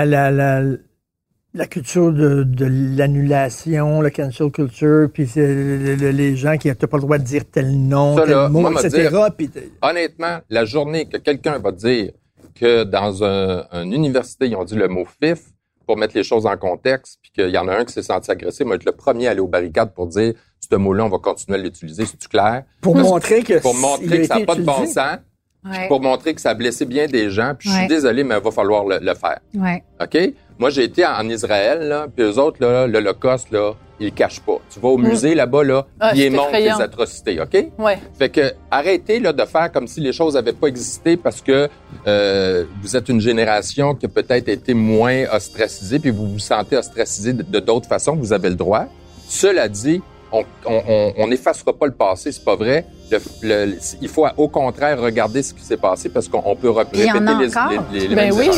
la culture de l'annulation, la cancel culture, puis les gens qui n'ont pas le droit de dire tel nom, ça, tel là, mot, etc. Honnêtement, la journée que quelqu'un va dire que dans une université, ils ont dit le mot FIF pour mettre les choses en contexte, puis qu'il y en a un qui s'est senti agressé, moi, être le premier à aller aux barricades pour dire ce mot-là, on va continuer à l'utiliser, c'est-tu clair? Pour montrer que ça n'a pas de bon sens. Ouais. Pour montrer que ça a blessé bien des gens. Puis je suis désolé, mais il va falloir le faire. Ouais. OK? Moi, j'ai été en Israël, là, puis eux autres, là, l'Holocauste, là, ils le cachent pas. Tu vas au musée là-bas, là, ils montrent les atrocités, OK? Ouais. Fait que arrêtez là, de faire comme si les choses n'avaient pas existé parce que vous êtes une génération qui a peut-être été moins ostracisée, puis vous vous sentez ostracisé de d'autres façons, vous avez le droit. Cela dit, on n'effacera pas le passé, c'est pas vrai. Il faut au contraire regarder ce qui s'est passé parce qu'on peut répéter les mêmes erreurs.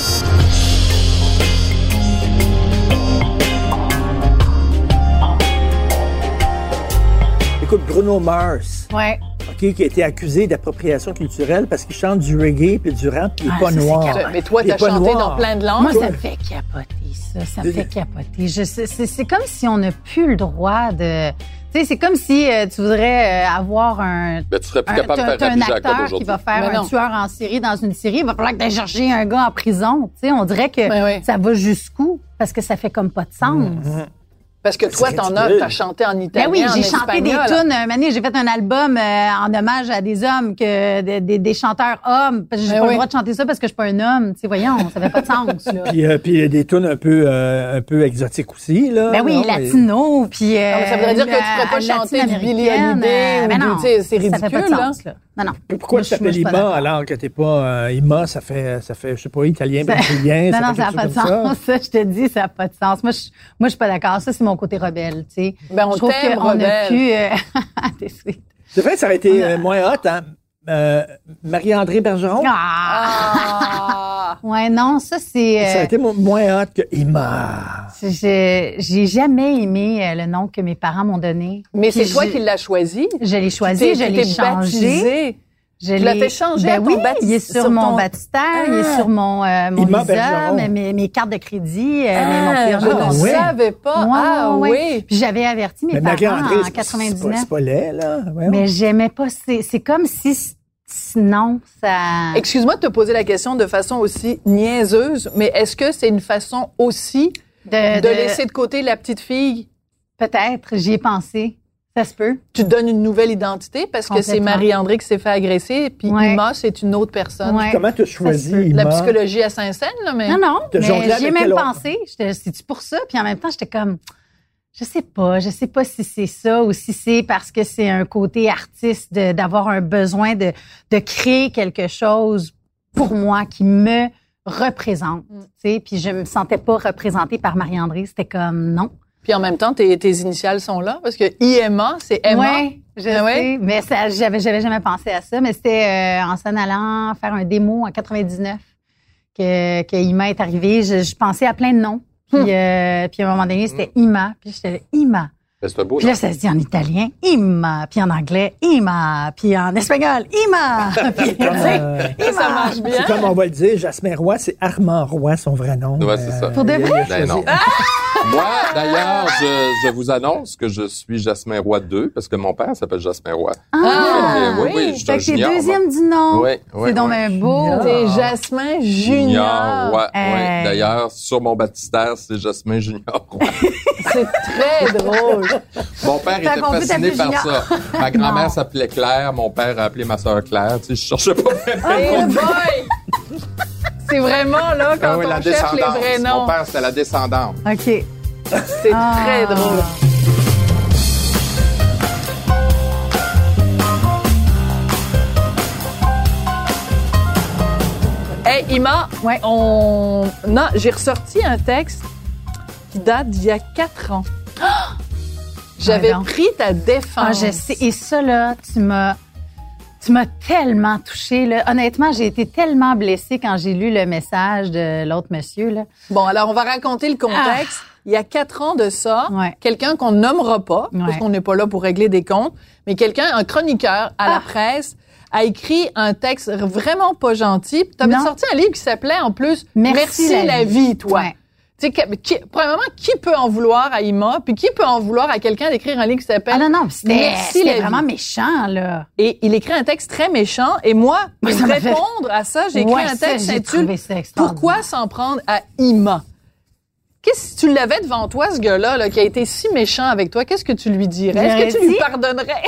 Écoute, Bruno Mars, qui a été accusé d'appropriation culturelle parce qu'il chante du reggae puis du rap, puis il n'est pas noir. Mais toi, tu as chanté dans plein de langues. Moi, ça me fait capoter, ça. Ça me fait capoter. C'est comme si on n'a plus le droit de... Tu sais, c'est comme si tu voudrais avoir un... Ben, tu serais plus capable de faire Rabbi Jacob aujourd'hui. Un acteur qui va faire un tueur en série dans une série. Il va falloir que tu ailles chercher un gars en prison. Tu sais, on dirait que ça va jusqu'où? Parce que ça fait comme pas de sens. Parce que toi, t'as chanté en italien, ben oui, j'ai chanté des tunes. J'ai fait un album en hommage à des hommes, des chanteurs hommes. Parce que j'ai pas le droit de chanter ça parce que je suis pas un homme. Tu sais, voyons, ça fait pas de sens, là. Puis des tunes un peu exotiques aussi, là. Ben oui, latino, puis... ça voudrait dire que tu pourrais pas chanter du Billie Holiday ou du... C'est ridicule, ça fait pas de sens, là. Non. Pourquoi tu t'appelles Ima alors que t'es pas Ima, ça fait, je sais pas, italien, brésilien, non, ça n'a pas de sens. Ça, je te dis, ça n'a pas de sens. Moi, je suis pas d'accord. Ça, c'est mon côté rebelle, tu sais. Ben, on je trouve t'aime, qu'on a rebelle. pu... T'es sweet. C'est vrai, ça aurait été moins hot, hein? Marie-André Bergeron? Ah! Ouais, non, ça, c'est... Ça aurait été moins hot que Ima. J'ai jamais aimé le nom que mes parents m'ont donné. Mais c'est Puis toi qui l'as choisi. Je l'ai choisi, je l'ai changé. Baptisé. Tu l'as fait changer à ton il est sur mon baptistère, il est sur mon Ima visa, Bergeron. mes cartes de crédit, mon Je ne oui. savais pas. Oui. Puis j'avais averti mes Mais parents Marie-André, en c'est 99. pas laid, là. Voyons. Mais j'aimais pas. C'est comme si sinon ça. Excuse-moi de te poser la question de façon aussi niaiseuse, mais est-ce que c'est une façon aussi de laisser de côté la petite fille? Peut-être, j'y ai pensé. Ça se peut. Tu te donnes une nouvelle identité parce que c'est Complètement. Marie-André qui s'est fait agresser, puis Ouais. Ima, c'est une autre personne. Ouais. Comment tu as choisi, La Ima? psychologie à Saint-Saëns, là, mais... Non, T'as mais jonglé j'y ai avec même quel autre? pensé. C'est-tu pour ça? Puis en même temps, j'étais comme, je sais pas si c'est ça ou si c'est parce que c'est un côté artiste d'avoir un besoin de créer quelque chose pour moi qui me représente. Tu sais, puis je me sentais pas représentée par Marie-André. C'était comme non. Puis en même temps, tes initiales sont là, parce que IMA, c'est Emma. Ouais, je Ah ouais? sais. Mais ça, j'avais jamais pensé à ça. Mais c'était en s'en allant faire un démo en 99 que Ima est arrivé. Je pensais à plein de noms. Puis, puis à un moment donné, c'était Ima. Puis j'étais là, Ima. Ben, c'est un beau Puis là, nom. ça se dit en italien, Ima. Puis en anglais, Ima. Puis en espagnol, Ima. Puis, tu sais, Ça marche bien. C'est comme on va le dire, Jasmin Roy, c'est Armand Roy, son vrai nom. Ouais, c'est ça. Pour de il a vrai? choisi- Ben non. Moi, d'ailleurs, je vous annonce que je suis Jasmin Roy 2 parce que mon père s'appelle Jasmin Roy. Oui, je suis Fait un que t'es junior, deuxième du nom. Oui, oui, C'est donc oui. bien beau. C'est Jasmin Junior. Ouais, Hey. ouais. D'ailleurs, sur mon baptistère, c'est Jasmin Junior. Roy. C'est très drôle. Mon père Fait était qu'on peut fasciné t'appeler par Junior. ça. Ma grand-mère Non. s'appelait Claire, mon père a appelé ma sœur Claire. Tu sais, je cherchais pas vraiment. Hey boy! C'est vraiment là quand Ah oui, la on cherche les descendance. vrais Mon noms. père, c'était la descendante. OK. C'est très drôle. Hey, Ima, Ouais. Non, j'ai ressorti un texte qui date d'il y a 4 ans. J'avais Ouais, donc. pris ta défense. Ah, je sais. Et ça, là, tu m'as tellement touchée, là. Honnêtement, j'ai été tellement blessée quand j'ai lu le message de l'autre monsieur, là. Bon, alors on va raconter le contexte. Il y a 4 ans de ça, Ouais. quelqu'un qu'on nommera pas, parce Ouais. qu'on n'est pas là pour régler des comptes, mais quelqu'un, un chroniqueur à la presse, a écrit un texte vraiment pas gentil. Tu avais Non. sorti un livre qui s'appelait en plus Merci la vie, toi. Ouais. Tu sais, premièrement, qui peut en vouloir à Ima, puis qui peut en vouloir à quelqu'un d'écrire un livre qui s'appelle Ah non, c'était Merci la vie. vraiment méchant, là. Et il écrit un texte très méchant. Et moi, pour ça m'a fait- répondre à ça, j'ai écrit Ouais, un ça, texte qui j'ai s'intitule trouvé ça extraordinaire. Pourquoi s'en prendre à Ima? Si tu l'avais devant toi, ce gars-là, là, qui a été si méchant avec toi, qu'est-ce que tu lui dirais? Est-ce que tu J'aurais lui dit- pardonnerais?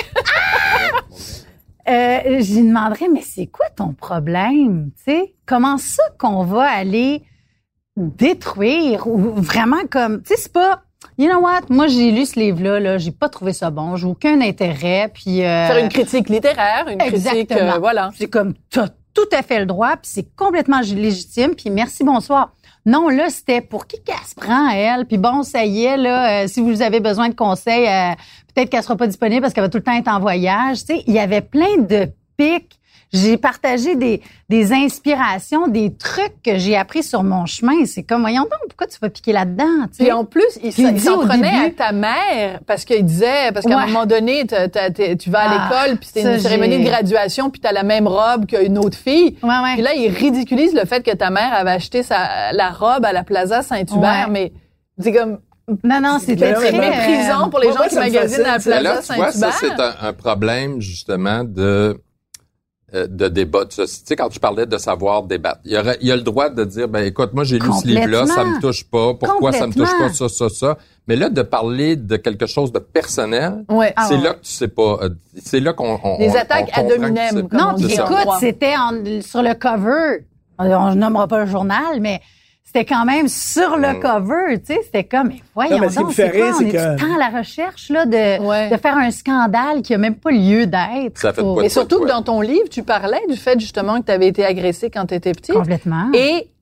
Je lui demanderais, mais c'est quoi ton problème? Tu sais, comment ça qu'on va aller détruire ou vraiment comme, tu sais, c'est pas, you know what? Moi, j'ai lu ce livre-là, là, j'ai pas trouvé ça bon, j'ai aucun intérêt, puis Faire une critique littéraire, une critique, Exactement. voilà. C'est comme, t'as tout à fait le droit, puis c'est complètement légitime, puis merci, bonsoir. Non, là, c'était pour qui qu'elle se prend, elle, puis bon, ça y est, là, si vous avez besoin de conseils, peut-être qu'elle sera pas disponible parce qu'elle va tout le temps être en voyage. Tu sais, il y avait plein de pics. J'ai partagé des inspirations, des trucs que j'ai appris sur mon chemin. C'est comme, voyons donc, pourquoi tu vas piquer là-dedans, tu sais? Puis en plus, il Puis il dit s'en au prenait début- à ta mère parce qu'il disait, parce qu'à un Ouais. moment donné, tu vas à l'école, puis c'est ça, une cérémonie j'ai- de graduation, puis t'as la même robe qu'une autre fille. Ouais, ouais. Puis là, il ridiculise le fait que ta mère avait acheté la robe à la Plaza Saint-Hubert, Ouais. mais c'est comme... Non, c'était Ben ouais, très... C'est méprisant pour les moi, gens qui ça me magasinent à la fascine, Mais Plaza là, tu vois, ça, Saint-Hubert. c'est un problème, justement, de débat. Tu sais, quand tu parlais de savoir débattre, il y a le droit de dire, ben écoute, moi, j'ai lu ce livre-là, ça me touche pas. Pourquoi ça me touche pas, ça? Mais là, de parler de quelque chose de personnel, Ouais. Ah c'est ouais. là que tu sais pas. C'est là qu'on Des attaques on ad comprend que tu hominem, sais pas. comme Non, on puis dit C'est en ça. écoute, droit. c'était sur le cover. On nommera pas le journal, mais c'était quand même sur le cover, tu sais. C'était comme, mais voyons Non, mais ce qui donc, me fait c'est quoi? rire, On c'est est que- tout le temps à la recherche là, Ouais. de faire un scandale qui a même pas lieu d'être. Ça fait de quoi Mais de surtout quoi. que dans ton livre, tu parlais du fait justement que tu avais été agressée quand tu étais petite. Complètement. Et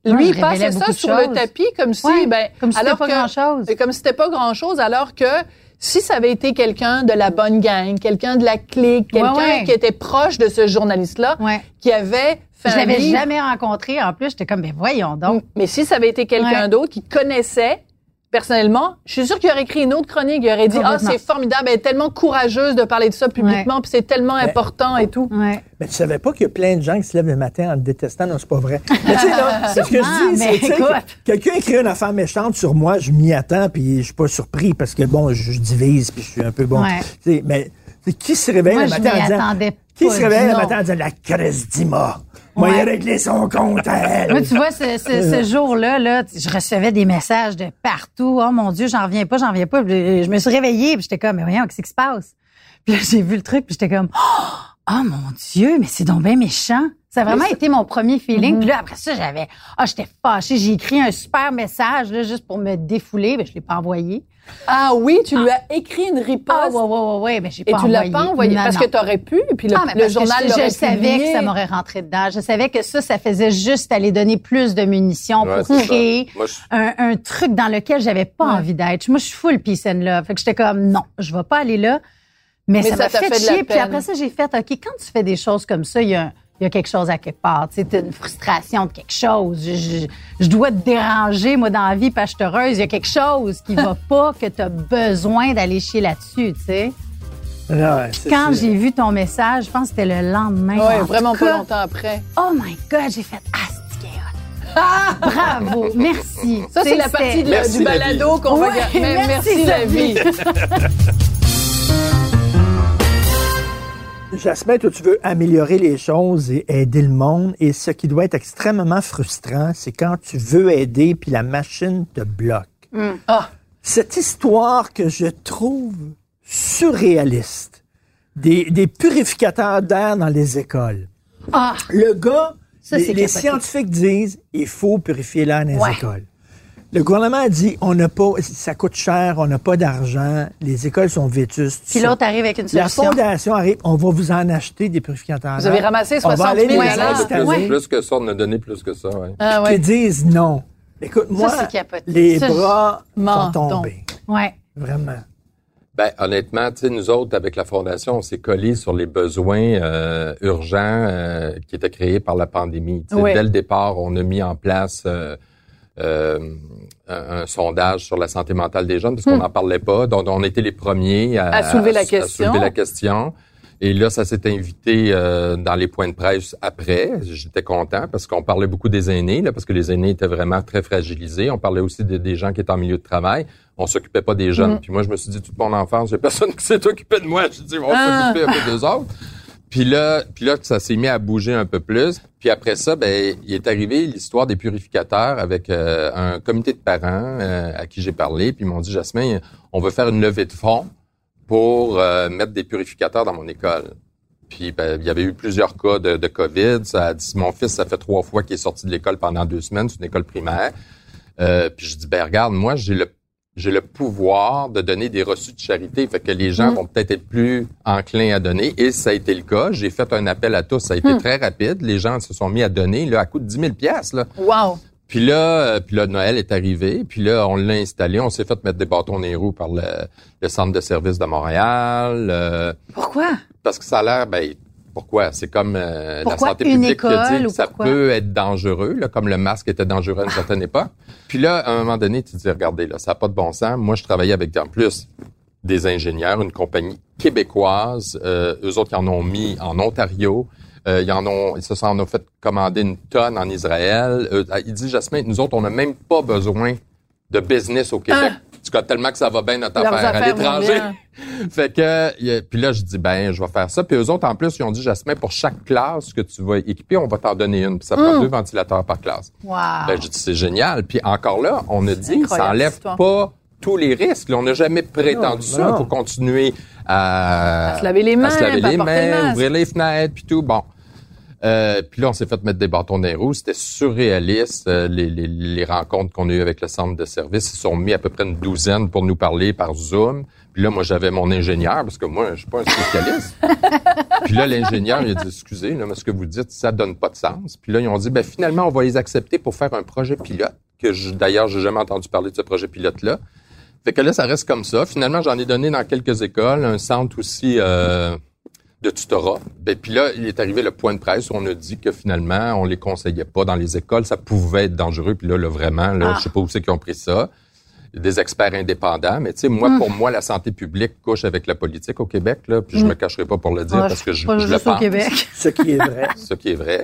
Lui, il je passait révélais ça beaucoup de sur le choses. tapis comme si, Ouais, comme si c'était pas grand-chose. Comme si c'était pas grand-chose, alors que si ça avait été quelqu'un de la bonne gang, quelqu'un de la clique, quelqu'un qui était proche de ce journaliste-là, qui avait fait je l'avais jamais rencontré. En plus, j'étais comme, ben voyons donc. Mais si ça avait été quelqu'un d'autre qui connaissait personnellement, je suis sûre qu'il aurait écrit une autre chronique. Il aurait dit, c'est formidable, elle est tellement courageuse de parler de ça publiquement, puis c'est tellement important et tout. Ouais. Mais tu savais pas qu'il y a plein de gens qui se lèvent le matin en te détestant? Non, c'est pas vrai. Mais tu sais, là, c'est ce que je dis. C'est, tu sais, quelqu'un écrit une affaire méchante sur moi, je m'y attends, puis je suis pas surpris parce que, bon, je divise, puis je suis un peu bon. Tu sais, mais qui se réveille le matin en disant... Qui se réveille le matin en disant, la Cresse d'Ima? Moi, il a réglé son compte à elle. Moi, tu vois, ce jour-là, là, je recevais des messages de partout. Oh mon Dieu, j'en reviens pas. Je me suis réveillée, puis j'étais comme, mais voyons, qu'est-ce qui se passe? Puis là, j'ai vu le truc, puis j'étais comme, oh mon Dieu, mais c'est donc bien méchant. Ça a vraiment été mon premier feeling. Puis là, après ça, j'étais fâchée. J'ai écrit un super message, là, juste pour me défouler, mais je l'ai pas envoyé. Ah oui, tu lui as écrit une riposte. Ah ouais, mais j'ai pas envoyé. Et tu l'as pas envoyé parce que t'aurais pu, puis le journal l'aurait publié. Je savais que ça m'aurait rentré dedans. Je savais que ça faisait juste aller donner plus de munitions pour créer un truc dans lequel j'avais pas envie d'être. Moi, je suis full peace and love. Fait que j'étais comme, non, je vais pas aller là. Mais ça m'a fait chier. Puis après ça, j'ai fait, OK, quand tu fais des choses comme ça, il y a quelque chose à quelque part. Tu sais, t'as une frustration de quelque chose. Je dois te déranger, moi, dans la vie, parce que je suis heureuse. Il y a quelque chose qui va pas, que t'as besoin d'aller chier là-dessus, tu sais. Quand j'ai vu ton message, je pense que c'était le lendemain. Oui, vraiment pas longtemps après. Oh my God, j'ai fait bravo, merci. Ça, c'est la partie du balado qu'on va garder. Merci la vie. Jasmin, toi, tu veux améliorer les choses et aider le monde. Et ce qui doit être extrêmement frustrant, c'est quand tu veux aider puis la machine te bloque. Cette histoire que je trouve surréaliste, des purificateurs d'air dans les écoles. Le gars, les scientifiques disent il faut purifier l'air dans les écoles. Le gouvernement a dit, ça coûte cher, on n'a pas d'argent, les écoles sont vétustes. Puis l'autre arrive avec une solution. La fondation arrive, on va vous en acheter des purificateurs. Vous avez ramassé 60 000 $. Plus que ça, on a donné plus que ça, Qui disent non. Écoute, moi, les bras sont tombés. Ouais. Vraiment. Ben, honnêtement, tu sais, nous autres, avec la Fondation, on s'est collés sur les besoins urgents qui étaient créés par la pandémie. Dès le départ, on a mis en place un sondage sur la santé mentale des jeunes, parce qu'on n'en parlait pas. Donc, on était les premiers à soulever la question. Et là, ça s'est invité dans les points de presse après. J'étais content parce qu'on parlait beaucoup des aînés, là, parce que les aînés étaient vraiment très fragilisés. On parlait aussi des gens qui étaient en milieu de travail. On s'occupait pas des jeunes. Puis moi, je me suis dit, toute mon enfance, il y a personne qui s'est occupé de moi. Je dis, on va s'occuper un peu d'eux autres. Puis là, ça s'est mis à bouger un peu plus. Puis après ça, ben, il est arrivé l'histoire des purificateurs avec un comité de parents à qui j'ai parlé. Puis ils m'ont dit, Jasmin, on veut faire une levée de fonds pour mettre des purificateurs dans mon école. Puis ben, il y avait eu plusieurs cas de COVID. Ça a dit, mon fils, ça fait 3 fois qu'il est sorti de l'école pendant 2 semaines. C'est une école primaire. Puis je dis, ben regarde, moi, j'ai le pouvoir de donner des reçus de charité. Fait que les gens vont peut-être être plus enclins à donner. Et ça a été le cas. J'ai fait un appel à tous. Ça a été très rapide. Les gens se sont mis à donner là, à coût de 10 000 $. Là. Wow! Puis là, Noël est arrivé. Puis là, on l'a installé. On s'est fait mettre des bâtons dans les roues par le Centre de services de Montréal. Pourquoi? Parce que ça a l'air... Ben, pourquoi? C'est comme la santé publique qui a dit que ça peut être dangereux, là, comme le masque était dangereux à une certaine époque. Puis là, à un moment donné, tu te dis, regardez, là, ça n'a pas de bon sens. Moi, je travaillais avec, en plus, des ingénieurs, une compagnie québécoise. Eux autres, ils en ont mis en Ontario. Ils se sont fait commander une tonne en Israël. Ils disent, Jasmin, nous autres, on n'a même pas besoin de business au Québec. Tu connais tellement que ça va bien notre affaire à l'étranger. Fait que, puis là, je dis, ben, je vais faire ça. Puis eux autres, en plus, ils ont dit, Jasmin, pour chaque classe que tu vas équiper, on va t'en donner une. Puis ça prend 2 ventilateurs par classe. Wow. Ben, je dis, c'est génial. Puis encore là, on a dit, ça enlève pas tous les risques. Là, on n'a jamais prétendu ça. Il faut continuer à se laver les mains, ouvrir les fenêtres, puis tout. Bon. Puis là, on s'est fait mettre des bâtons dans les roues. C'était surréaliste, les rencontres qu'on a eues avec le centre de service. Ils sont mis à peu près une douzaine pour nous parler par Zoom. Puis là, moi, j'avais mon ingénieur, parce que moi, je suis pas un spécialiste. Puis là, l'ingénieur, il a dit, excusez, là, mais ce que vous dites, ça donne pas de sens. Puis là, ils ont dit, finalement, on va les accepter pour faire un projet pilote, d'ailleurs, j'ai jamais entendu parler de ce projet pilote-là. Fait que là, ça reste comme ça. Finalement, j'en ai donné dans quelques écoles, un centre aussi de tutorat. Puis là, il est arrivé le point de presse où on a dit que finalement, on les conseillait pas dans les écoles, ça pouvait être dangereux. Puis là, vraiment, je sais pas où c'est qu'ils ont pris ça. Des experts indépendants, mais tu sais, pour moi, la santé publique couche avec la politique au Québec, là, puis je me cacherai pas pour le dire parce que je le pense. Au Québec. Ce qui est vrai. Ce qui est vrai.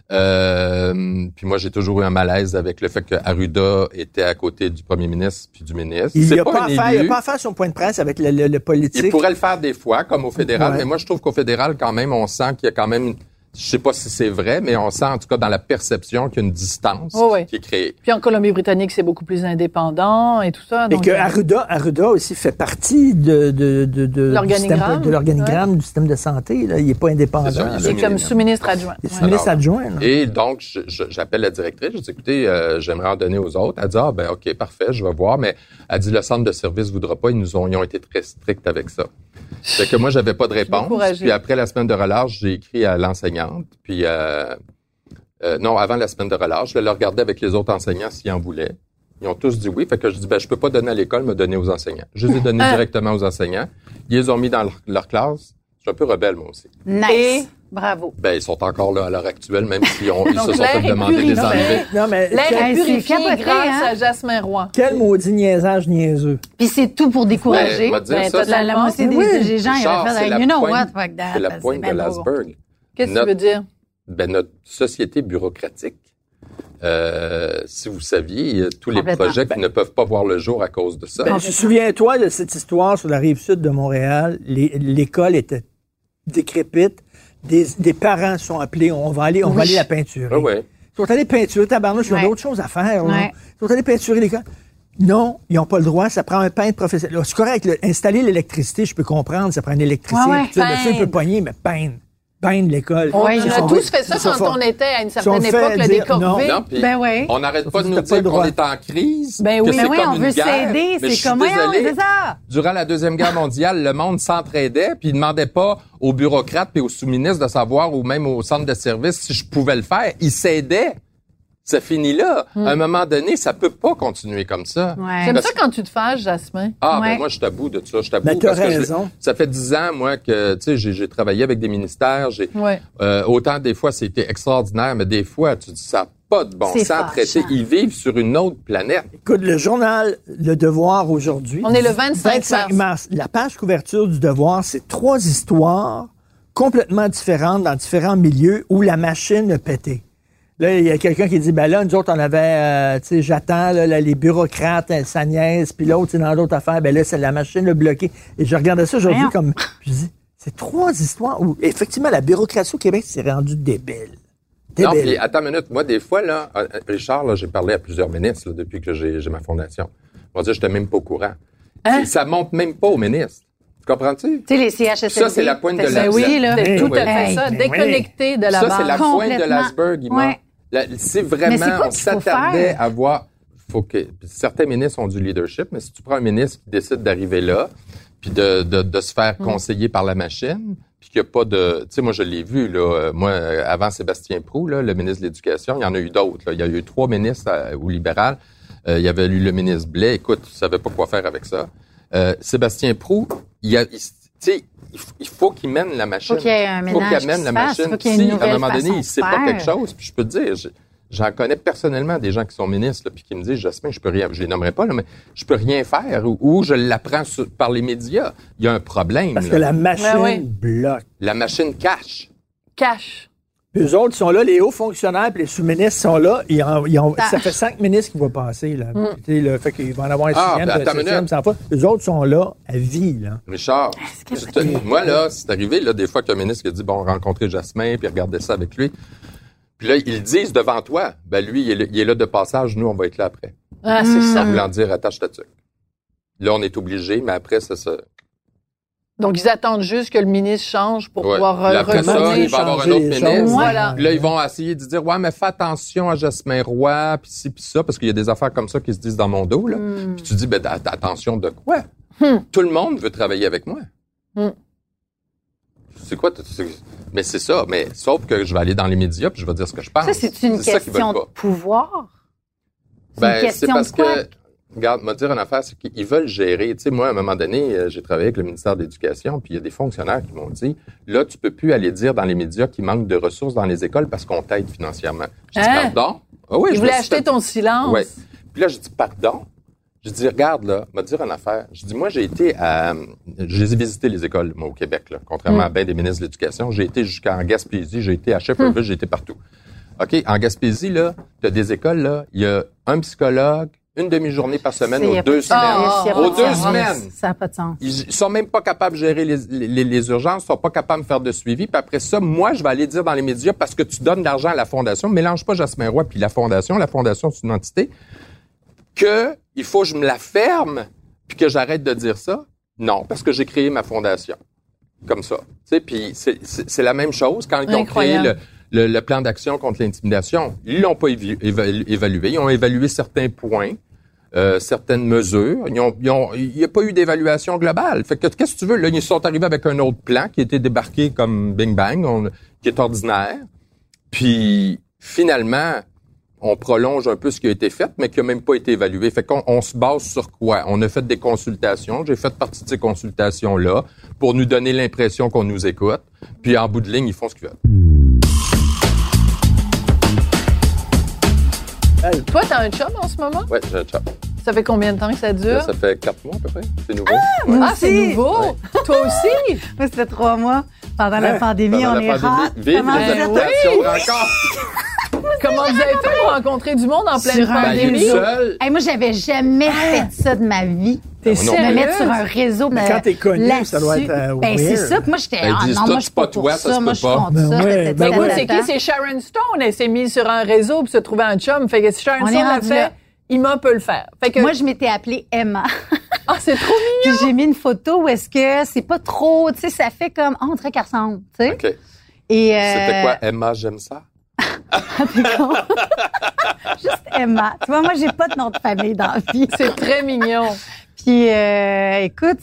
Puis moi, j'ai toujours eu un malaise avec le fait que Arruda était à côté du premier ministre puis du ministre. Il n'y a pas à faire son point de presse avec le politique. Il pourrait le faire des fois, comme au fédéral, mais moi, je trouve qu'au fédéral, quand même, on sent qu'il y a quand même... Je sais pas si c'est vrai, mais on sent en tout cas dans la perception qu'il y a une distance qui est créée. Puis en Colombie-Britannique, c'est beaucoup plus indépendant et tout ça. Et que Arruda aussi fait partie de l'organigramme du système de santé. Là. Il n'est pas indépendant. C'est comme sous-ministre adjoint. Il est sous-ministre adjoint. Là. Et donc, j'appelle la directrice. Je dis, écoutez, j'aimerais en donner aux autres. Elle dit, OK, parfait, je vais voir. Mais elle dit, le centre de service ne voudra pas. Ils ont été très stricts avec ça. Fait que moi, j'avais pas de réponse. Puis après la semaine de relâche, j'ai écrit à l'enseignante. Puis non, avant la semaine de relâche, je l'ai regardé avec les autres enseignants s'ils en voulaient. Ils ont tous dit oui. Fait que je dis, je peux pas donner à l'école, me donner aux enseignants. Je les ai donnés directement aux enseignants. Ils les ont mis dans leur classe. Je suis un peu rebelle, moi aussi. Nice. Bravo. Ils sont encore là à l'heure actuelle, même s'ils se sont fait demander de les enlever. Non, mais l'air est purifié grâce à Jasmin Roy. Quel maudit niaisage niaiseux. Puis c'est tout pour décourager. La moitié des gens, ils vont faire you know what, fuck that. C'est la pointe de l'iceberg. Qu'est-ce que tu veux dire? Notre société bureaucratique, si vous saviez, il y a tous les projets qui ne peuvent pas voir le jour à cause de ça. Souviens-toi de cette histoire sur la rive sud de Montréal. L'école était décrépite. Des parents sont appelés, on va aller la peinturer. Oui. Ils sont allés peinturer, tabarnouche, ils ont d'autres choses à faire. Ils sont allés peinturer l'école. Non, ils n'ont pas le droit, ça prend un peintre professionnel. C'est correct, installer l'électricité, je peux comprendre, ça prend un électricien. Tu peux pogner, mais peindre l'école. On a tous fait ça quand on était à une certaine époque, des corvées. On n'arrête pas de nous dire qu'on est en crise. On veut s'aider, c'est comme c'est ça. Durant la Deuxième Guerre mondiale, le monde s'entraidait, puis il demandait pas aux bureaucrates et aux sous-ministres de savoir, ou même aux centres de services, si je pouvais le faire. Ils s'aidaient. Ça finit là. À un moment donné, ça peut pas continuer comme ça. J'aime ça quand tu te fâches, Jasmin. Moi, je suis à bout de ça. Je suis à bout parce que ça fait 10 ans, moi, que, tu sais, j'ai travaillé avec des ministères. Autant des fois, c'était extraordinaire, mais des fois, tu dis, ça n'a pas de bon sens traiter. Ils vivent sur une autre planète. Écoute, le journal Le Devoir aujourd'hui. On est le 25 mars. La page couverture du Devoir, c'est 3 histoires complètement différentes dans différents milieux où la machine a pété. Là, il y a quelqu'un qui dit, là, nous autres, on avait, tu sais, j'attends, là, les bureaucrates, sa nièce, puis l'autre, c'est dans d'autres affaires, là, c'est la machine le bloqué. Et je regardais ça aujourd'hui comme, je dis, c'est 3 histoires où, effectivement, la bureaucratie au Québec s'est rendue débile. Non, puis attends une minute. Moi, des fois, là, Richard, là, j'ai parlé à plusieurs ministres, là, depuis que j'ai ma fondation. On va dire, j'étais même pas au courant. Ça monte même pas aux ministres. Tu comprends-tu? Tu sais, les CHSLD. Ça, c'est la pointe de l'iceberg. Oui, là. C'est tout à fait ça. Déconnecté de la base. Ça, c'est la pointe de l'iceberg, si vraiment on s'attardait à voir, faut que certains ministres ont du leadership, mais si tu prends un ministre qui décide d'arriver là, puis de se faire conseiller par la machine, puis qu'il n'y a pas de, tu sais, moi je l'ai vu là, moi avant Sébastien Proulx, là, le ministre de l'Éducation, il y en a eu d'autres. Là. Il y a eu 3 ministres au libéral. Il y avait eu le ministre Blais. Écoute, il savait pas quoi faire avec ça. Sébastien Proulx, tu sais. Il faut qu'il mène la machine. Il faut qu'il y ait un ménage. Faut qu'il amène la machine. Si, à un moment donné, il ne sait pas quelque chose, puis je peux te dire, j'en connais personnellement des gens qui sont ministres, là, puis qui me disent, Jasmin, je peux rien, je les nommerai pas, là, mais je peux rien faire, ou je l'apprends par les médias. Il y a un problème. Parce que la machine bloque. La machine cache. Eux autres sont là, les hauts fonctionnaires puis les sous-ministres sont là. Ça fait 5 ministres qui vont passer. Là. Fait qu'il va en avoir un 6e, 7e, fois. Eux autres sont là à vie. Là. Richard, moi, là, c'est arrivé là, des fois qu'un ministre a dit, bon, rencontrer Jasmin, puis regarder ça avec lui. Puis là, ils le disent devant toi. Lui, il est là de passage, nous, on va être là après. C'est ça. Voulant dire, attache ta tuque. Là, on est obligé, mais après, ça se... Donc, ils attendent juste que le ministre change pour pouvoir Puis après ça, revenir. il va y avoir un changer autre les ministre. choses. Voilà. Puis là, ils vont essayer de dire, ouais, mais fais attention à Jasmin Roy, puis ci, puis ça, parce qu'il y a des affaires comme ça qui se disent dans mon dos, là. Puis tu dis, ben, attention de quoi? Tout le monde veut travailler avec moi. C'est quoi? Mais c'est ça. Mais sauf que je vais aller dans les médias puis je vais dire ce que je pense. Ça, c'est une ça qu'ils question veulent de pas. pouvoir? C'est parce que, regarde, me dire une affaire, c'est qu'ils veulent gérer. Tu sais, moi, à un moment donné, j'ai travaillé avec le ministère de l'Éducation, puis il y a des fonctionnaires qui m'ont dit, là, tu peux plus aller dire dans les médias qu'il manque de ressources dans les écoles parce qu'on t'aide financièrement. Je dis, pardon? Ah oui, Ils voulaient acheter ton silence. Ouais. Puis là, je dis, pardon? Je dis, regarde, là, me dire une affaire. Je dis, moi, j'ai visité les écoles, moi, au Québec, là, contrairement à bien des ministres de l'Éducation. J'ai été jusqu'en Gaspésie, j'ai été à Shefferville, j'ai été partout. OK, en Gaspésie, là, t'as des écoles, là, il y a un psychologue, une demi-journée par semaine aux 2 semaines. Aux 2 semaines. Ça n'a pas de sens. Ils sont même pas capables de gérer les urgences, ils sont pas capables de faire de suivi. Puis après ça, moi, je vais aller dire dans les médias parce que tu donnes de l'argent à la Fondation. Mélange pas Jasmin Roy puis la Fondation. La Fondation, c'est une entité. Que il faut que je me la ferme puis que j'arrête de dire ça. Non, parce que j'ai créé ma Fondation. Comme ça. Tu sais, puis c'est la même chose quand ils ont créé le plan d'action contre l'intimidation. Ils l'ont pas évalué. Ils ont évalué certains points. Certaines mesures. Il n'y a pas eu d'évaluation globale. Fait que qu'est-ce que tu veux? Là, ils sont arrivés avec un autre plan qui était débarqué comme Bing Bang, qui est ordinaire. Puis, finalement, on prolonge un peu ce qui a été fait, mais qui n'a même pas été évalué. Fait qu'on se base sur quoi? On a fait des consultations. J'ai fait partie de ces consultations-là pour nous donner l'impression qu'on nous écoute. Puis, en bout de ligne, ils font ce qu'ils veulent. Toi, t'as un chum en ce moment? Ouais, j'ai un chum. Ça fait combien de temps que ça dure? Là, ça fait 4 mois à peu près. C'est nouveau. Ah, c'est nouveau! Ouais. Toi aussi? Moi, c'était 3 mois. Pendant la pandémie, Pendant on la est pandémie, rare. vive Comment les ça? habitations encore. Comment vous avez fait pour rencontrer du monde en pleine Sur un pandémie? réseau. Seul. Hey, moi, j'avais jamais fait ça de ma vie. T'es non. Me sérieux? mettre sur un réseau. Mais quand t'es connu, ça doit là-dessus. être Ben, c'est weird. ça. Puis moi, j'étais, Ben, ils disent non, tout, moi, je suis pas toi, pour ça ça. se Moi, peut je suis pas. contre Ben ça. ouais, ben Écoute, ouais. c'est qui? C'est Sharon Stone. Elle s'est mise sur un réseau pour se trouver un chum. Fait que si Sharon On est Stone l'a rendu fait, là. Ima peut le faire. Fait que, Moi, je m'étais appelée Emma. ah, c'est trop mignon! Puis j'ai mis une photo où est-ce que c'est pas trop, tu sais, ça fait comme, on dirait qu'elle ressemble, tu sais. OK. Et, C'était quoi? Emma, j'aime ça? T'es con. Juste Emma. Tu vois, moi, j'ai pas de nom de famille dans la vie. C'est très mignon. Puis, écoute,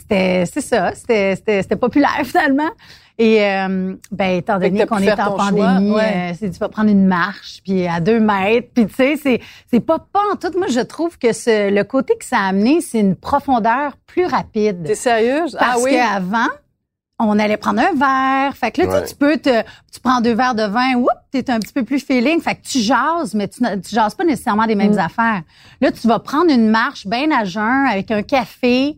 c'était populaire finalement. Et ben, étant Fait que donné t'as qu'on pu est faire en ton pandémie, choix, ouais. c'est tu vas prendre une marche, puis à 2 mètres, puis tu sais, c'est pas en tout. Moi, je trouve que le côté que ça a amené, c'est une profondeur plus rapide. T'es sérieuse? Parce Ah oui? qu'avant, on allait prendre un verre. Fait que là, Ouais. tu prends 2 verres de vin, t'es un petit peu plus feeling. Fait que tu jases, mais tu jases pas nécessairement des mêmes affaires. Là, tu vas prendre une marche bien à jeun avec un café.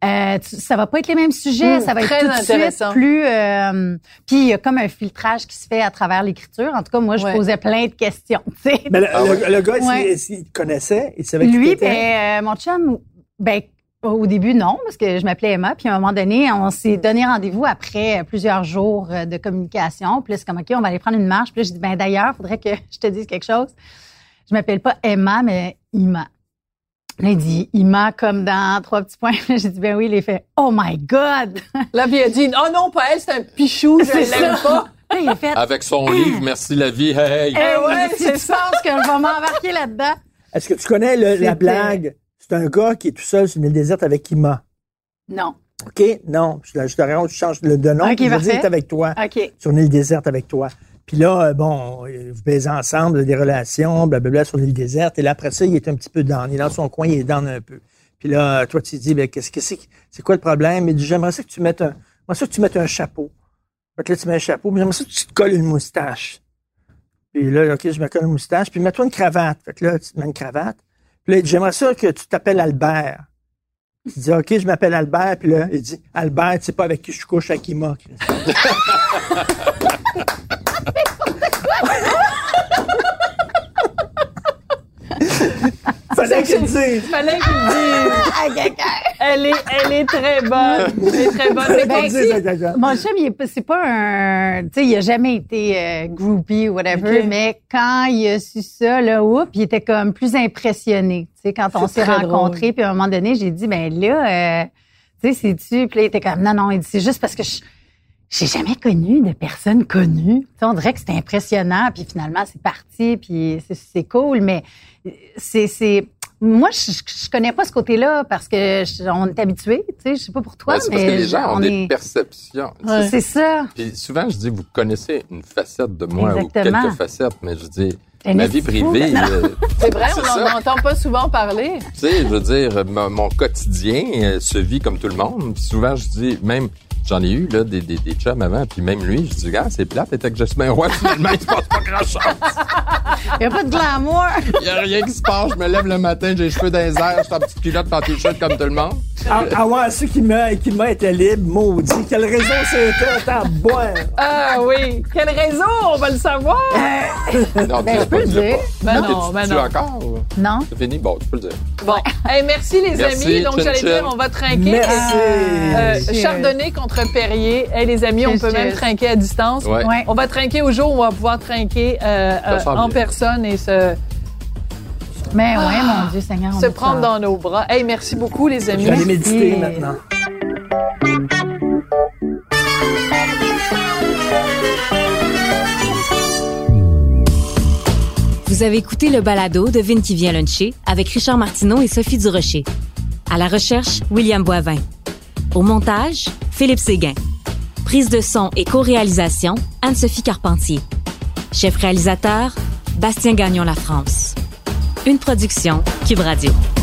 Ça va pas être les mêmes sujets, ça va être très tout de suite intéressant. plus. Puis il y a comme un filtrage qui se fait à travers l'écriture. En tout cas, moi, je Ouais. posais plein de questions. Tu sais. Mais le gars, Ouais. s'il connaissait, il savait qui Lui, t'étais. ben, mon chum, ben, au début, non, parce que je m'appelais Emma. Puis à un moment donné, on s'est donné rendez-vous après plusieurs jours de communication. Puis là, c'est comme, OK, on va aller prendre une marche. Puis là, j'ai dit, ben d'ailleurs, il faudrait que je te dise quelque chose. Je m'appelle pas Emma, mais Ima. Là, il dit Ima comme dans 3 petits points. Là, j'ai dit, ben oui, il a fait, oh my God! Là, puis elle a dit, oh non, pas elle, c'est un pichou, je l'aime pas. Là, il a fait, Avec son livre, Merci la vie, hey! ouais, si c'est tu ça. penses que je vais m'embarquer là-dedans? Est-ce que tu connais la C'était- blague? C'est un gars qui est tout seul sur une île déserte avec Ima. Non. OK? Non. Je te raconte, tu changes de nom. OK, puis je veux dire, parfait. il est avec toi. OK. Sur une île déserte avec toi. Puis là, bon, vous baisez ensemble, des relations, blablabla, sur l'île déserte. Et là, après ça, il est un petit peu down. Il est dans son coin, il est down un peu. Puis là, toi, tu te dis, ben, c'est quoi le problème? Il dit, j'aimerais ça que tu mettes un chapeau. Fait que là, tu mets un chapeau, mais j'aimerais ça que tu te colles une moustache. Puis là, OK, je me colle une moustache. Puis mets-toi une cravate. Fait que là, tu te mets une cravate. Puis là, il dit, j'aimerais ça que tu t'appelles Albert. Tu dis, OK, je m'appelle Albert. Puis là, il dit, Albert, tu sais pas avec qui je couche avec Ima. Fallait que je le dise. Fallait qu'il le dise. Elle est très bonne. Elle est très bonne. Fallait Mais qu'on le ben, dise à quelqu'un. Mon chum, c'est pas un, tu sais, il a jamais été groupie ou whatever, Ok. mais quand il a su ça, là, il était comme plus impressionné. Tu sais, quand on C'est s'est très rencontrés, puis à un moment donné, j'ai dit, ben là, Tu sais, c'est-tu? Puis là, il était comme, non, il dit, c'est juste parce que j'ai jamais connu de personne connue. Tu sais, on dirait que c'était impressionnant, puis finalement, c'est parti, puis c'est cool, mais c'est moi, je connais pas ce côté-là parce que on est habitué, tu sais, je sais pas pour toi, c'est mais parce que les gens ont des perceptions. Ouais. C'est ça. Puis souvent, je dis, vous connaissez une facette de moi Exactement. ou quelques facettes, mais je dis, Mais ma vie c'est fou, privée, mais C'est vrai, C'est on ça. n'en entend pas souvent parler. tu sais, je veux dire, mon quotidien se vit comme tout le monde. Puis souvent, je dis, même, j'en ai eu là des chums avant, puis même lui, je dis, gars, c'est plate, t'es avec Jasmin Roy, finalement, il se passe pas grand-chose. Il y a pas de glamour. Il y a rien qui se passe, je me lève le matin, j'ai les cheveux dans les airs, je suis en petite culotte, en t-shirt comme tout le monde. Ah ouais, ceux qui étaient libres, maudit. Quelle raison c'était à boire? Ah oui, quel réseau, on va le savoir. Non, Ben, je peux le dire. Ben Non, non, ben t'es-tu non. encore? Non. C'est fini? Bon, tu peux le dire. Bon, hey, merci les Merci, amis. Donc chin, j'allais chin. dire, on va trinquer. Merci. Chardonnay contre Perrier. Hey, les amis, on peut même Cheers. trinquer à distance. Ouais. Ouais. On va trinquer au jour où on va pouvoir trinquer sent en bien. personne et se Mais ouais, mon Dieu Seigneur. on est prendre fort. dans nos bras. Hey, merci beaucoup les amis. Je vais aller méditer Merci. maintenant. Vous avez écouté le balado Devine qui vient luncher avec Richard Martineau et Sophie Durocher. À la recherche, William Boivin. Au montage, Philippe Séguin. Prise de son et co-réalisation, Anne-Sophie Carpentier. Chef réalisateur, Bastien Gagnon La France. Une production Cube Radio.